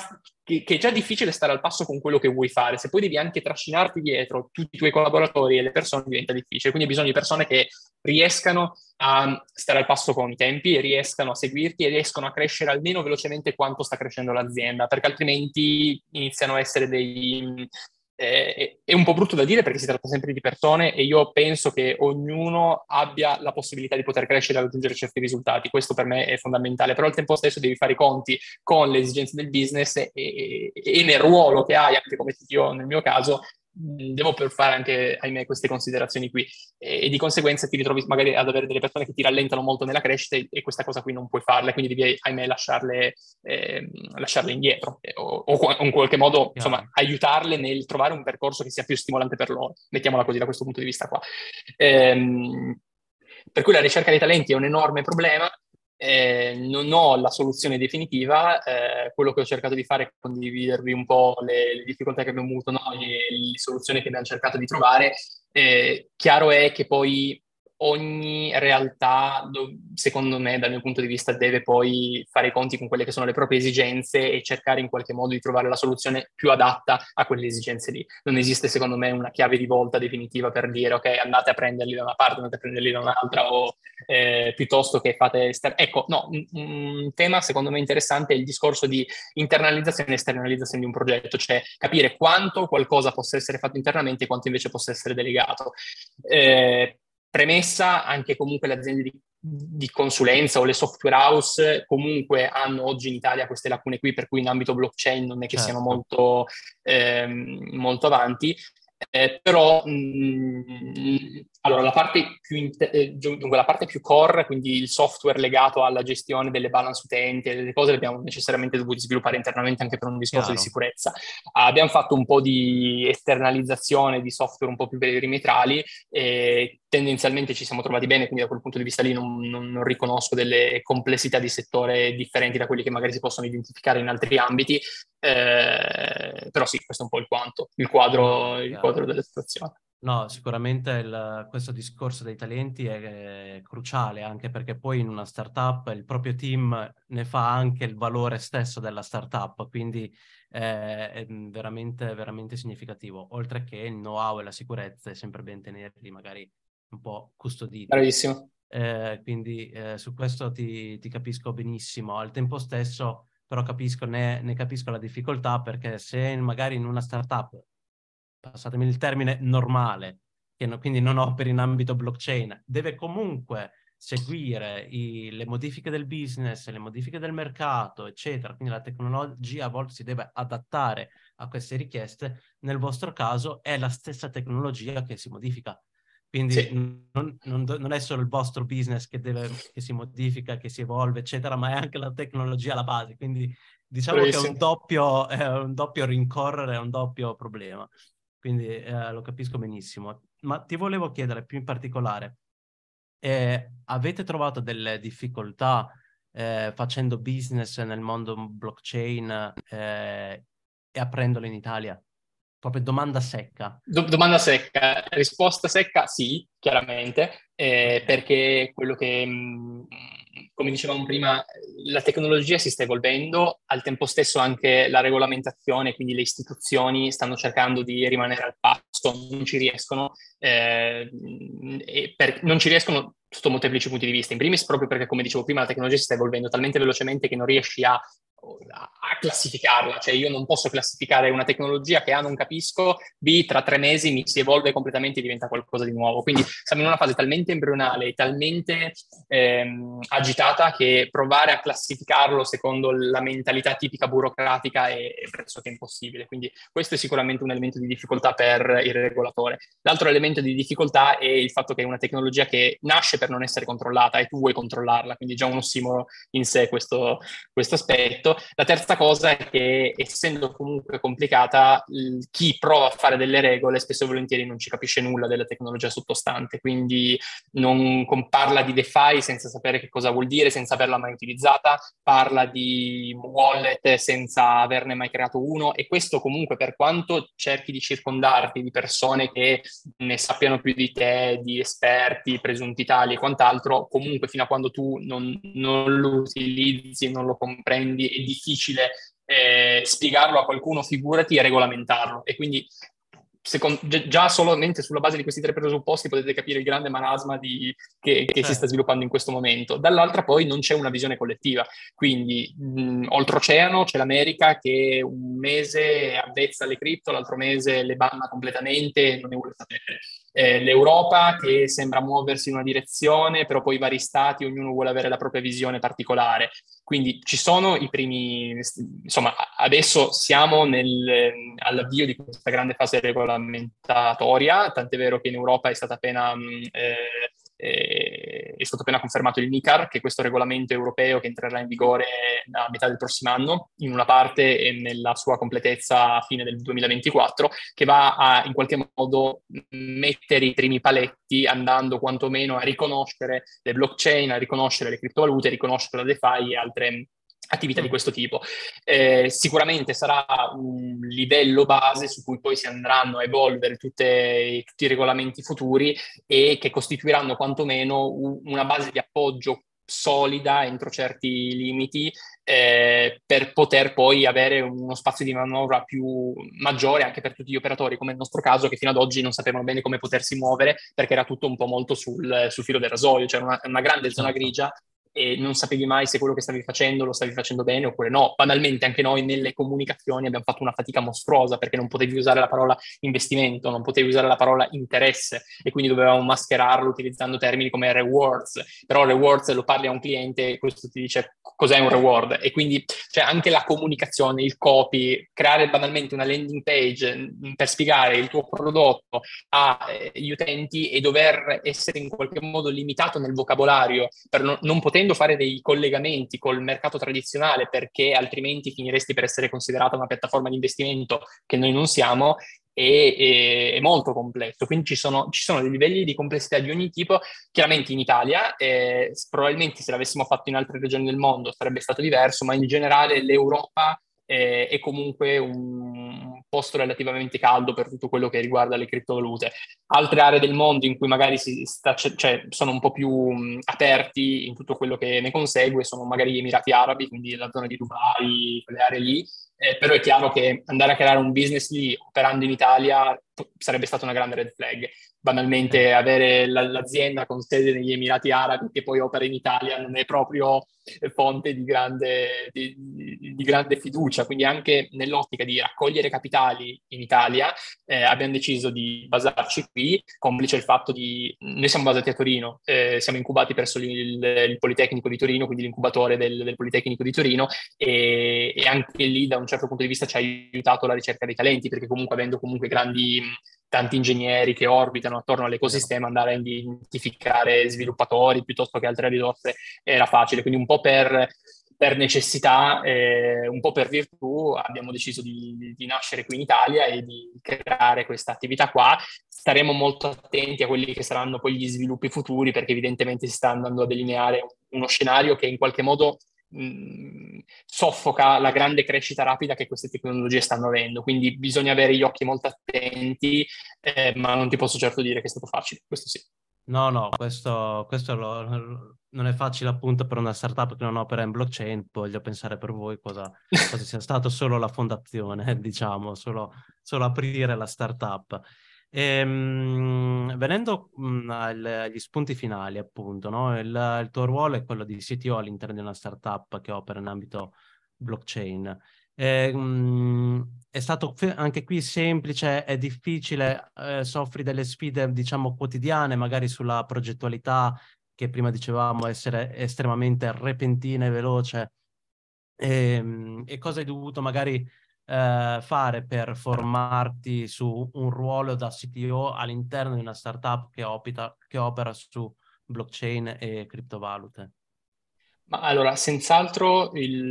[SPEAKER 2] è già difficile stare al passo con quello che vuoi fare. Se poi devi anche trascinarti dietro tutti i tuoi collaboratori e le persone, diventa difficile. Quindi hai bisogno di persone che riescano a stare al passo con i tempi, riescano a seguirti e riescono a crescere almeno velocemente quanto sta crescendo l'azienda, perché altrimenti iniziano a essere è un po' brutto da dire perché si tratta sempre di persone e io penso che ognuno abbia la possibilità di poter crescere e raggiungere certi risultati. Questo per me è fondamentale, però al tempo stesso devi fare i conti con le esigenze del business e nel ruolo che hai, anche come CTO nel mio caso, devo per fare anche, ahimè, queste considerazioni qui e di conseguenza ti ritrovi magari ad avere delle persone che ti rallentano molto nella crescita e questa cosa qui non puoi farla, quindi devi, ahimè, lasciarle indietro o in qualche modo, insomma,
[SPEAKER 1] chiaro.
[SPEAKER 2] aiutarle nel trovare un percorso che sia più stimolante per loro, mettiamola così da questo punto di vista qua. Ehm, per cui la ricerca dei talenti è un enorme problema. Non ho la soluzione definitiva, quello che ho cercato di fare è condividervi un po' le difficoltà che abbiamo avuto noi e le soluzioni che abbiamo cercato di trovare. Chiaro è che poi ogni realtà, secondo me, dal mio punto di vista, deve poi fare i conti con quelle che sono le proprie esigenze e cercare in qualche modo di trovare la soluzione più adatta a quelle esigenze lì. Non esiste, secondo me, una chiave di volta definitiva per dire ok, andate a prenderli da una parte, andate a prenderli da un'altra o piuttosto che fate... Ecco, no, un tema secondo me interessante è il discorso di internalizzazione e esternalizzazione di un progetto, cioè capire quanto qualcosa possa essere fatto internamente e quanto invece possa essere delegato. Premessa, anche comunque le aziende di consulenza o le software house comunque hanno oggi in Italia queste lacune qui, per cui in ambito blockchain non è che siano
[SPEAKER 1] Certo.
[SPEAKER 2] molto avanti. Però allora dunque, la parte più core, quindi il software legato alla gestione delle balance utenti e delle cose, le abbiamo necessariamente dovuti sviluppare internamente anche per un discorso di
[SPEAKER 1] Chiaro.
[SPEAKER 2] sicurezza. Abbiamo fatto un po' di esternalizzazione di software un po' più perimetrali e tendenzialmente ci siamo trovati bene, quindi da quel punto di vista lì non riconosco delle complessità di settore differenti da quelli che magari si possono identificare in altri ambiti. Però sì, questo è un po'
[SPEAKER 1] No,
[SPEAKER 2] il
[SPEAKER 1] chiaro.
[SPEAKER 2] quadro della situazione.
[SPEAKER 1] No, sicuramente questo discorso dei talenti è cruciale, anche perché poi in una startup il proprio team ne fa anche il valore stesso della startup, quindi è veramente, veramente significativo. Oltre che il know-how e la sicurezza è sempre ben tenerli magari un po' custoditi.
[SPEAKER 2] Bravissimo.
[SPEAKER 1] Quindi su questo ti capisco benissimo. Al tempo stesso, però ne capisco la difficoltà perché se magari in una startup, passatemi il termine, normale, quindi non operi in ambito blockchain, deve comunque seguire le modifiche del business, le modifiche del mercato, eccetera. Quindi la tecnologia a volte si deve adattare a queste richieste. Nel vostro caso è la stessa tecnologia che si modifica. Quindi
[SPEAKER 2] Sì,
[SPEAKER 1] non è solo il vostro business che si modifica, che si evolve, eccetera, ma è anche la tecnologia alla base. Quindi diciamo che
[SPEAKER 2] bravissimo.
[SPEAKER 1] è un doppio rincorrere, è un doppio problema. Quindi lo capisco benissimo. Ma ti volevo chiedere più in particolare, avete trovato delle difficoltà facendo business nel mondo blockchain e aprendolo in Italia? Proprio domanda secca.
[SPEAKER 2] Domanda secca, risposta secca, sì, chiaramente,
[SPEAKER 1] Ok,
[SPEAKER 2] perché quello che, come dicevamo prima, la tecnologia si sta evolvendo, al tempo stesso anche la regolamentazione, quindi le istituzioni stanno cercando di rimanere al passo, non ci riescono, non ci riescono sotto molteplici punti di vista. In primis proprio perché, come dicevo prima, la tecnologia si sta evolvendo talmente velocemente che non riesci a classificarla, cioè io non posso classificare una tecnologia che A non capisco, B tra 3 mesi mi si evolve completamente e diventa qualcosa di nuovo. Quindi siamo in una fase talmente embrionale, talmente agitata che provare a classificarlo secondo la mentalità tipica burocratica è pressoché impossibile. Quindi questo è sicuramente un elemento di difficoltà per il regolatore. L'altro elemento di difficoltà è il fatto che è una tecnologia che nasce per non essere controllata e tu vuoi controllarla, quindi già un ossimoro in sé questo aspetto. La terza cosa è che, essendo comunque complicata, chi prova a fare delle regole spesso e volentieri non ci capisce nulla della tecnologia sottostante, quindi non parla di DeFi senza sapere che cosa vuol dire, senza averla mai utilizzata, parla di wallet senza averne mai creato uno, e questo comunque, per quanto cerchi di circondarti di persone che ne sappiano più di te, di esperti, presunti tali e quant'altro, comunque fino a quando tu non lo utilizzi, non lo comprendi, è difficile spiegarlo a qualcuno, figurati, e regolamentarlo. E quindi già solamente sulla base di questi tre presupposti potete capire il grande marasma che si sta
[SPEAKER 1] certo.
[SPEAKER 2] sviluppando in questo momento. Dall'altra poi non c'è una visione collettiva, quindi oltreoceano c'è l'America che un mese avvezza alle cripto, l'altro mese le banna completamente e non ne vuole sapere. l'Europa che sembra muoversi in una direzione, però poi i vari stati, ognuno vuole avere la propria visione particolare. Quindi ci sono i primi, insomma, adesso siamo all'avvio di questa grande fase regolamentatoria, tant'è vero che in Europa è stato appena confermato il MiCAR, che è questo regolamento europeo che entrerà in vigore a metà del prossimo anno, in una parte e nella sua completezza a fine del 2024, che va a in qualche modo mettere i primi paletti, andando quantomeno a riconoscere le blockchain, a riconoscere le criptovalute, a riconoscere la DeFi e altre attività di questo tipo. Sicuramente sarà un livello base su cui poi si andranno a evolvere tutti i regolamenti futuri e che costituiranno quantomeno una base di appoggio solida entro certi limiti, per poter poi avere uno spazio di manovra più maggiore anche per tutti gli operatori, come nel nostro caso, che fino ad oggi non sapevano bene come potersi muovere perché era tutto un po' molto sul filo del rasoio, cioè una grande zona
[SPEAKER 1] Certo.
[SPEAKER 2] grigia e non sapevi mai se quello che stavi facendo lo stavi facendo bene oppure no. Banalmente anche noi nelle comunicazioni abbiamo fatto una fatica mostruosa perché non potevi usare la parola investimento, non potevi usare la parola interesse e quindi dovevamo mascherarlo utilizzando termini come rewards. Però rewards lo parli a un cliente e questo ti dice cos'è un reward e quindi cioè, anche la comunicazione, il copy, creare banalmente una landing page per spiegare il tuo prodotto agli utenti e dover essere in qualche modo limitato nel vocabolario per non potendo fare dei collegamenti col mercato tradizionale perché altrimenti finiresti per essere considerata una piattaforma di investimento che noi non siamo, è molto complesso. Quindi ci sono dei livelli di complessità di ogni tipo. Chiaramente in Italia, probabilmente se l'avessimo fatto in altre regioni del mondo sarebbe stato diverso, ma in generale l'Europa è comunque un posto relativamente caldo per tutto quello che riguarda le criptovalute. Altre aree del mondo in cui magari cioè, sono un po' più aperti in tutto quello che ne consegue sono magari gli Emirati Arabi, quindi la zona di Dubai, quelle aree lì. Però è chiaro che andare a creare un business lì operando in Italia sarebbe stata una grande red flag. Banalmente avere l'azienda con sede negli Emirati Arabi che poi opera in Italia non è proprio fonte di grande fiducia, quindi anche nell'ottica di raccogliere capitali in Italia abbiamo deciso di basarci qui, complice il fatto noi siamo basati a Torino, siamo incubati presso il Politecnico di Torino, quindi l'incubatore del Politecnico di Torino e anche lì da un certo punto di vista ci ha aiutato la ricerca dei talenti, perché comunque avendo comunque tanti ingegneri che orbitano attorno
[SPEAKER 1] Vero.
[SPEAKER 2] all'ecosistema, andare a identificare sviluppatori piuttosto che altre risorse era facile. Quindi un po' per necessità, un po' per virtù, abbiamo deciso di nascere qui in Italia e di creare questa attività qua. Staremo molto attenti a quelli che saranno poi gli sviluppi futuri, perché evidentemente si sta andando a delineare uno scenario che in qualche modo soffoca la grande crescita rapida che queste tecnologie stanno avendo. Quindi bisogna avere gli occhi molto attenti, ma non ti posso certo dire che è stato facile, questo sì.
[SPEAKER 1] No, no, questo non è facile appunto per una startup che non opera in blockchain. Voglio pensare per voi cosa sia stato solo la fondazione, diciamo, solo aprire la startup. Venendo agli spunti finali, appunto, no? Il tuo ruolo è quello di CTO all'interno di una startup che opera in ambito blockchain. È stato anche qui semplice, è difficile, soffri delle sfide, diciamo, quotidiane, magari sulla progettualità, che prima dicevamo essere estremamente repentina e veloce. E cosa hai dovuto magari fare per formarti su un ruolo da CTO all'interno di una startup che opera su blockchain e criptovalute?
[SPEAKER 2] Ma allora, senz'altro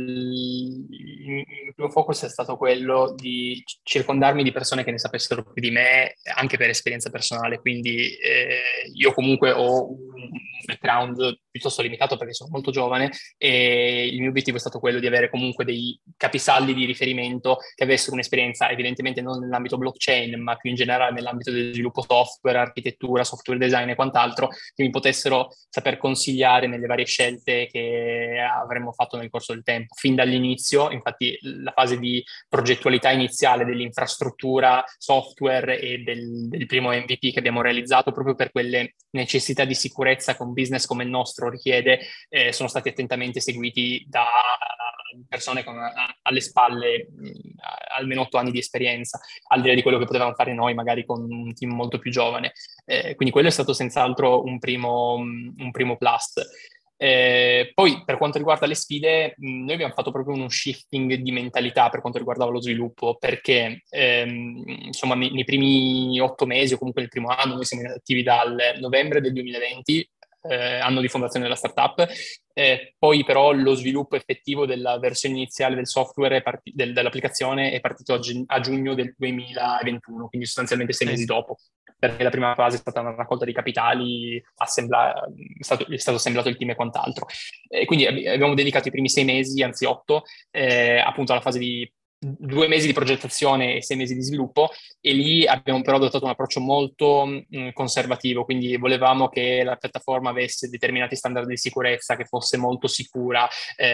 [SPEAKER 2] il mio focus è stato quello di circondarmi di persone che ne sapessero più di me, anche per esperienza personale. Quindi io comunque ho un background piuttosto limitato perché sono molto giovane e il mio obiettivo è stato quello di avere comunque dei capisaldi di riferimento che avessero un'esperienza evidentemente non nell'ambito blockchain, ma più in generale nell'ambito del sviluppo software, architettura, software design e quant'altro, che mi potessero saper consigliare nelle varie scelte che avremmo fatto nel corso del tempo. Fin dall'inizio, infatti, la fase di progettualità iniziale dell'infrastruttura software e del primo MVP che abbiamo realizzato proprio per quelle necessità di sicurezza che un business come il nostro richiede, sono stati attentamente seguiti persone alle spalle almeno 8 anni di esperienza, al di là di quello che potevamo fare noi magari con un team molto più giovane. Quindi quello è stato senz'altro un primo plus. Poi per quanto riguarda le sfide, noi abbiamo fatto proprio uno shifting di mentalità per quanto riguardava lo sviluppo, perché insomma nei primi 8 mesi o comunque nel primo anno, noi siamo attivi dal novembre del 2020, anno di fondazione della startup. Poi però lo sviluppo effettivo della versione iniziale del software dell'applicazione è partito a giugno del 2021, quindi sostanzialmente 6 mesi dopo, perché la prima fase è stata una raccolta di capitali, è stato assemblato il team e quant'altro. Quindi abbiamo dedicato i primi 6 mesi, anzi 8, appunto alla fase di 2 mesi di progettazione e 6 mesi di sviluppo, e lì abbiamo però adottato un approccio molto conservativo, quindi volevamo che la piattaforma avesse determinati standard di sicurezza, che fosse molto sicura.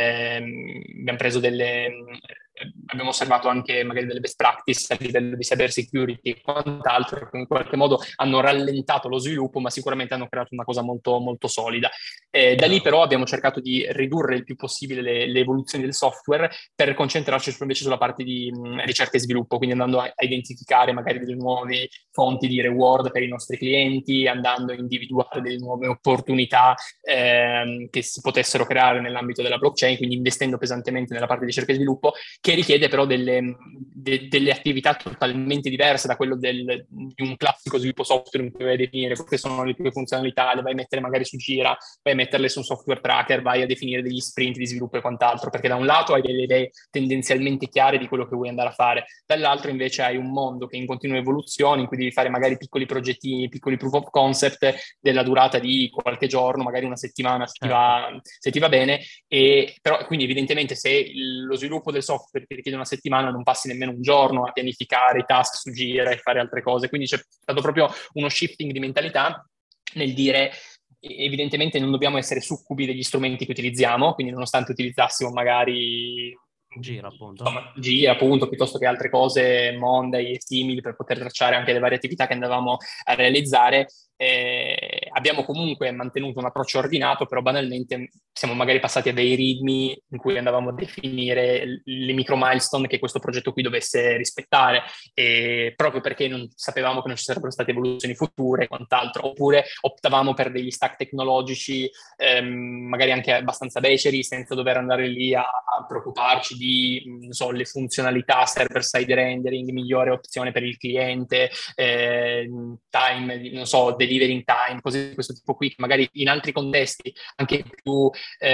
[SPEAKER 2] Abbiamo osservato anche magari delle best practice a livello di cyber security e quant'altro, che in qualche modo hanno rallentato lo sviluppo, ma sicuramente hanno creato una cosa molto, molto solida. Da lì però abbiamo cercato di ridurre il più possibile le evoluzioni del software per concentrarci invece sulla parte di ricerca e sviluppo, quindi andando a identificare magari delle nuove fonti di reward per i nostri clienti, andando a individuare delle nuove opportunità che si potessero creare nell'ambito della blockchain, quindi investendo pesantemente nella parte di ricerca e sviluppo, che richiede però delle attività totalmente diverse da quello di un classico sviluppo software, in cui vai a definire queste sono le tue funzionalità, le vai a mettere magari su Jira, vai a metterle su un software tracker, vai a definire degli sprint di sviluppo e quant'altro, perché da un lato hai delle idee tendenzialmente chiare di quello che vuoi andare a fare, dall'altro invece hai un mondo che è in continua evoluzione, in cui devi fare magari piccoli progettini, piccoli proof of concept della durata di qualche giorno, magari una settimana se ti va bene, però quindi evidentemente se lo sviluppo del software ti richiede una settimana, non passi nemmeno un giorno a pianificare i task su Gira e fare altre cose, quindi c'è stato proprio uno shifting di mentalità nel dire evidentemente non dobbiamo essere succubi degli strumenti che utilizziamo, quindi nonostante utilizzassimo magari
[SPEAKER 1] Gira, appunto.
[SPEAKER 2] Insomma, Gira, appunto, piuttosto che altre cose, Monday e simili, per poter tracciare anche le varie attività che andavamo a realizzare. Abbiamo comunque mantenuto un approccio ordinato, però banalmente siamo magari passati a dei ritmi in cui andavamo a definire le micro milestone che questo progetto qui dovesse rispettare, proprio perché non sapevamo che non ci sarebbero state evoluzioni future e quant'altro, oppure optavamo per degli stack tecnologici magari anche abbastanza beceri, senza dover andare lì a preoccuparci di, non so, le funzionalità, server-side rendering, migliore opzione per il cliente, time, non so, delivering time, cose di questo tipo qui, che magari in altri contesti anche più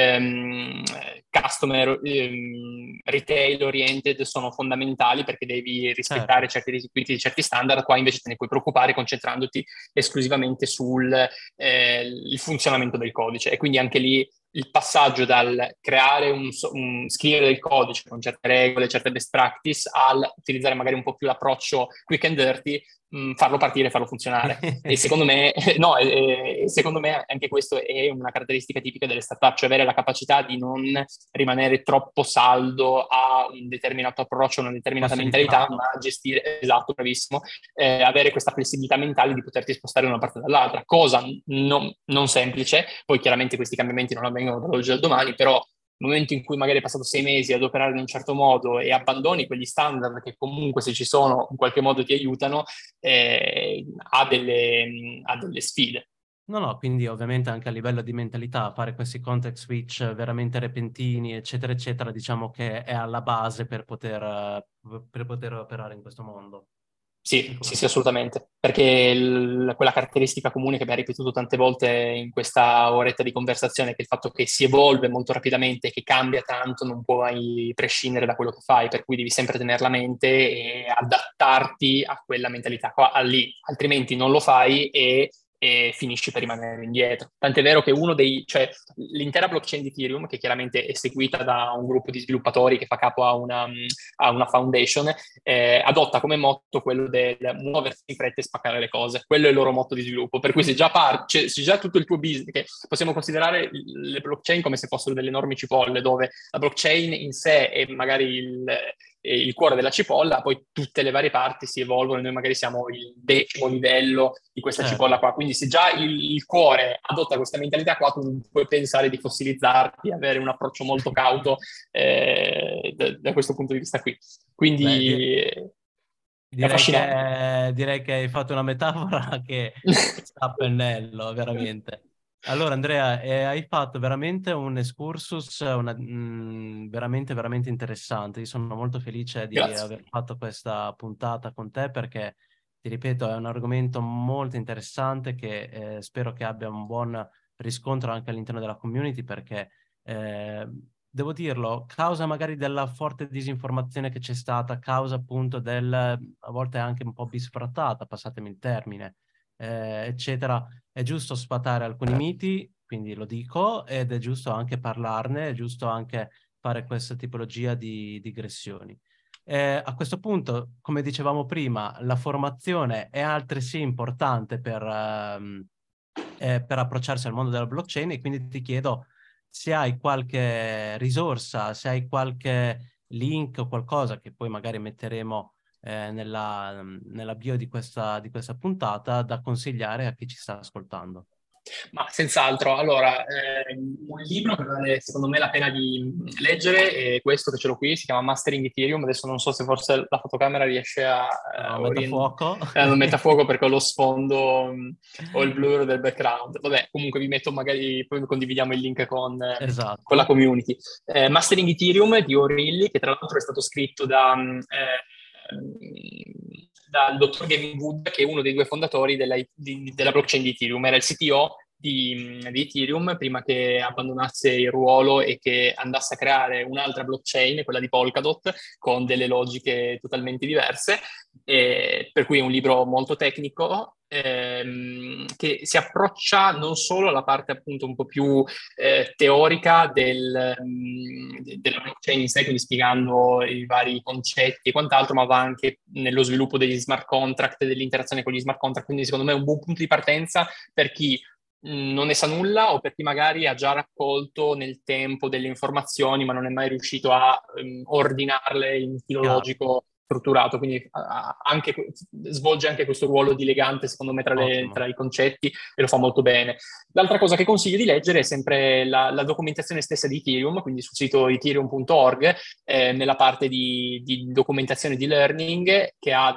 [SPEAKER 2] customer retail oriented sono fondamentali, perché devi rispettare certi requisiti, certi standard. Qua invece te ne puoi preoccupare concentrandoti esclusivamente sul il funzionamento del codice, e quindi anche lì il passaggio dal creare scrivere del codice con certe regole, certe best practice, al utilizzare magari un po' più l'approccio quick and dirty, farlo partire e farlo funzionare. E secondo me, no, secondo me anche questo è una caratteristica tipica delle startup, cioè avere la capacità di non rimanere troppo saldo a un determinato approccio, una determinata mentalità, ma gestire, esatto, bravissimo, avere questa flessibilità mentale di poterti spostare da una parte dall'altra, cosa non semplice. Poi chiaramente questi cambiamenti non avvengono dall'oggi al domani, però nel momento in cui magari hai passato 6 mesi ad operare in un certo modo e abbandoni quegli standard che comunque, se ci sono, in qualche modo ti aiutano, ha delle sfide.
[SPEAKER 1] No, quindi ovviamente anche a livello di mentalità fare questi context switch veramente repentini, eccetera, eccetera, diciamo che è alla base per poter operare in questo mondo.
[SPEAKER 2] Sì, assolutamente, perché quella caratteristica comune che abbiamo ripetuto tante volte in questa oretta di conversazione, che è il fatto che si evolve molto rapidamente, che cambia tanto, non puoi prescindere da quello che fai, per cui devi sempre tenerla a mente e adattarti a quella mentalità lì, altrimenti non lo fai e finisci per rimanere indietro. Tant'è vero che cioè l'intera blockchain di Ethereum, che chiaramente è seguita da un gruppo di sviluppatori che fa capo a una foundation, adotta come motto quello del muoversi in fretta e spaccare le cose. Quello è il loro motto di sviluppo, per cui se già tutto il tuo business, che possiamo considerare le blockchain come se fossero delle enormi cipolle, dove la blockchain in sé è magari il cuore della cipolla, poi tutte le varie parti si evolvono e noi magari siamo il 10° livello di questa cipolla
[SPEAKER 1] certo.
[SPEAKER 2] qua. Quindi se già il cuore adotta questa mentalità qua, tu puoi pensare di fossilizzarti, avere un approccio molto cauto da questo punto di vista qui.
[SPEAKER 1] Beh,
[SPEAKER 2] Quindi è affascinante.
[SPEAKER 1] direi che hai fatto una metafora che sta a pennello, veramente. Allora, Andrea, hai fatto veramente un excursus veramente, veramente interessante. Io sono molto felice di
[SPEAKER 2] Grazie.
[SPEAKER 1] aver fatto questa puntata con te perché, ti ripeto, è un argomento molto interessante che spero che abbia un buon riscontro anche all'interno della community perché devo dirlo, causa magari della forte disinformazione che c'è stata, causa appunto a volte anche un po' bisfrattata, passatemi il termine, eccetera. È giusto sfatare alcuni miti, quindi lo dico, ed è giusto anche parlarne, è giusto anche fare questa tipologia di digressioni. A questo punto, come dicevamo prima, la formazione è altresì importante per approcciarsi al mondo della blockchain e quindi ti chiedo se hai qualche risorsa, se hai qualche link o qualcosa che poi magari metteremo nella bio di questa puntata da consigliare a chi ci sta ascoltando.
[SPEAKER 2] Ma senz'altro, allora, un libro che vale secondo me la pena di leggere è questo che ce l'ho qui, si chiama Mastering Ethereum, adesso non so se forse la fotocamera riesce a
[SPEAKER 1] No, metafuoco.
[SPEAKER 2] non metta a fuoco perché ho lo sfondo o il blur del background. Vabbè, comunque vi metto magari, poi condividiamo il link con la
[SPEAKER 1] Esatto.
[SPEAKER 2] community. Mastering Ethereum di O'Reilly, che tra l'altro è stato scritto dal dottor Gavin Wood, che è uno dei due fondatori della blockchain di Ethereum, era il CTO di Ethereum prima che abbandonasse il ruolo e che andasse a creare un'altra blockchain, quella di Polkadot, con delle logiche totalmente diverse, per cui è un libro molto tecnico che si approccia non solo alla parte appunto un po' più teorica della blockchain in sé, quindi spiegando i vari concetti e quant'altro, ma va anche nello sviluppo degli smart contract e dell'interazione con gli smart contract, quindi secondo me è un buon punto di partenza per chi non ne sa nulla o per chi magari ha già raccolto nel tempo delle informazioni ma non è mai riuscito a ordinarle in filo
[SPEAKER 1] Chiaro.
[SPEAKER 2] logico strutturato, quindi svolge anche questo ruolo di legante secondo me
[SPEAKER 1] Ottimo.
[SPEAKER 2] tra i concetti e lo fa molto bene. L'altra cosa che consiglio di leggere è sempre la documentazione stessa di Ethereum, quindi sul sito ethereum.org, nella parte di documentazione di learning che ha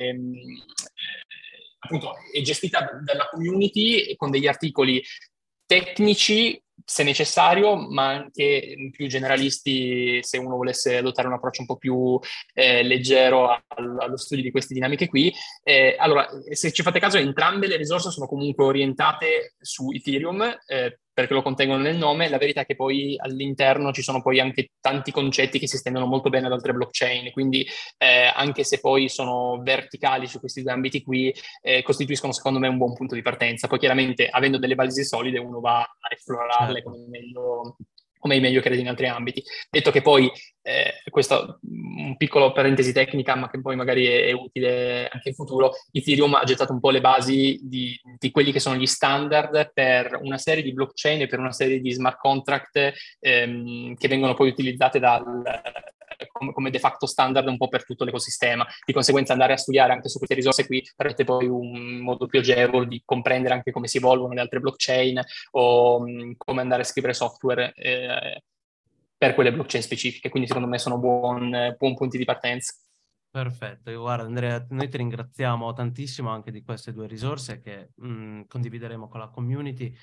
[SPEAKER 2] appunto, è gestita dalla community con degli articoli tecnici se necessario, ma anche più generalisti se uno volesse adottare un approccio un po' più leggero allo studio di queste dinamiche qui. Allora, se ci fate caso, entrambe le risorse sono comunque orientate su Ethereum, perché lo contengono nel nome. La verità è che poi all'interno ci sono poi anche tanti concetti che si estendono molto bene ad altre blockchain, quindi anche se poi sono verticali su questi due ambiti qui, costituiscono secondo me un buon punto di partenza. Poi chiaramente avendo delle basi solide uno va a esplorarle
[SPEAKER 1] Certo.
[SPEAKER 2] come è meglio crede in altri ambiti. Detto che poi, questo un piccolo parentesi tecnica, ma che poi magari è utile anche in futuro, Ethereum ha gettato un po' le basi di quelli che sono gli standard per una serie di blockchain e per una serie di smart contract che vengono poi utilizzate come de facto standard un po' per tutto l'ecosistema. Di conseguenza andare a studiare anche su queste risorse qui permette poi un modo più agevole di comprendere anche come si evolvono le altre blockchain o come andare a scrivere software per quelle blockchain specifiche. Quindi secondo me sono buon punti di partenza.
[SPEAKER 1] Perfetto, e guarda Andrea, noi ti ringraziamo tantissimo anche di queste due risorse che condivideremo con la community.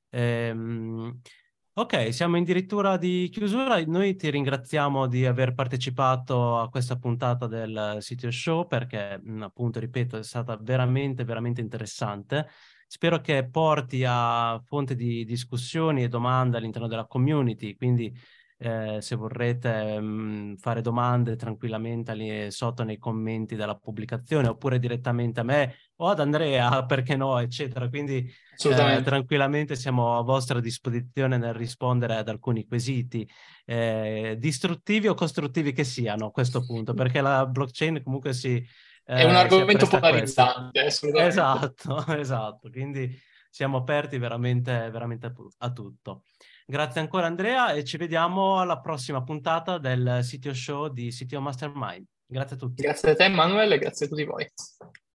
[SPEAKER 1] Ok, siamo addirittura di chiusura. Noi ti ringraziamo di aver partecipato a questa puntata del Sitio Show perché, appunto, ripeto, è stata veramente, veramente interessante. Spero che porti a fonte di discussioni e domande all'interno della community, quindi se vorrete fare domande tranquillamente lì sotto nei commenti della pubblicazione oppure direttamente a me o ad Andrea, perché no, eccetera. Quindi
[SPEAKER 2] Assolutamente.
[SPEAKER 1] tranquillamente siamo a vostra disposizione nel rispondere ad alcuni quesiti, distruttivi o costruttivi che siano a questo punto, perché la blockchain comunque
[SPEAKER 2] È un
[SPEAKER 1] si
[SPEAKER 2] argomento
[SPEAKER 1] appresta a questo.
[SPEAKER 2] polarizzante, assolutamente.
[SPEAKER 1] Esatto, esatto. Quindi siamo aperti veramente, veramente a tutto. Grazie ancora Andrea e ci vediamo alla prossima puntata del CTO Show di CTO Mastermind. Grazie a tutti.
[SPEAKER 2] Grazie a te, Manuel, e grazie a tutti voi.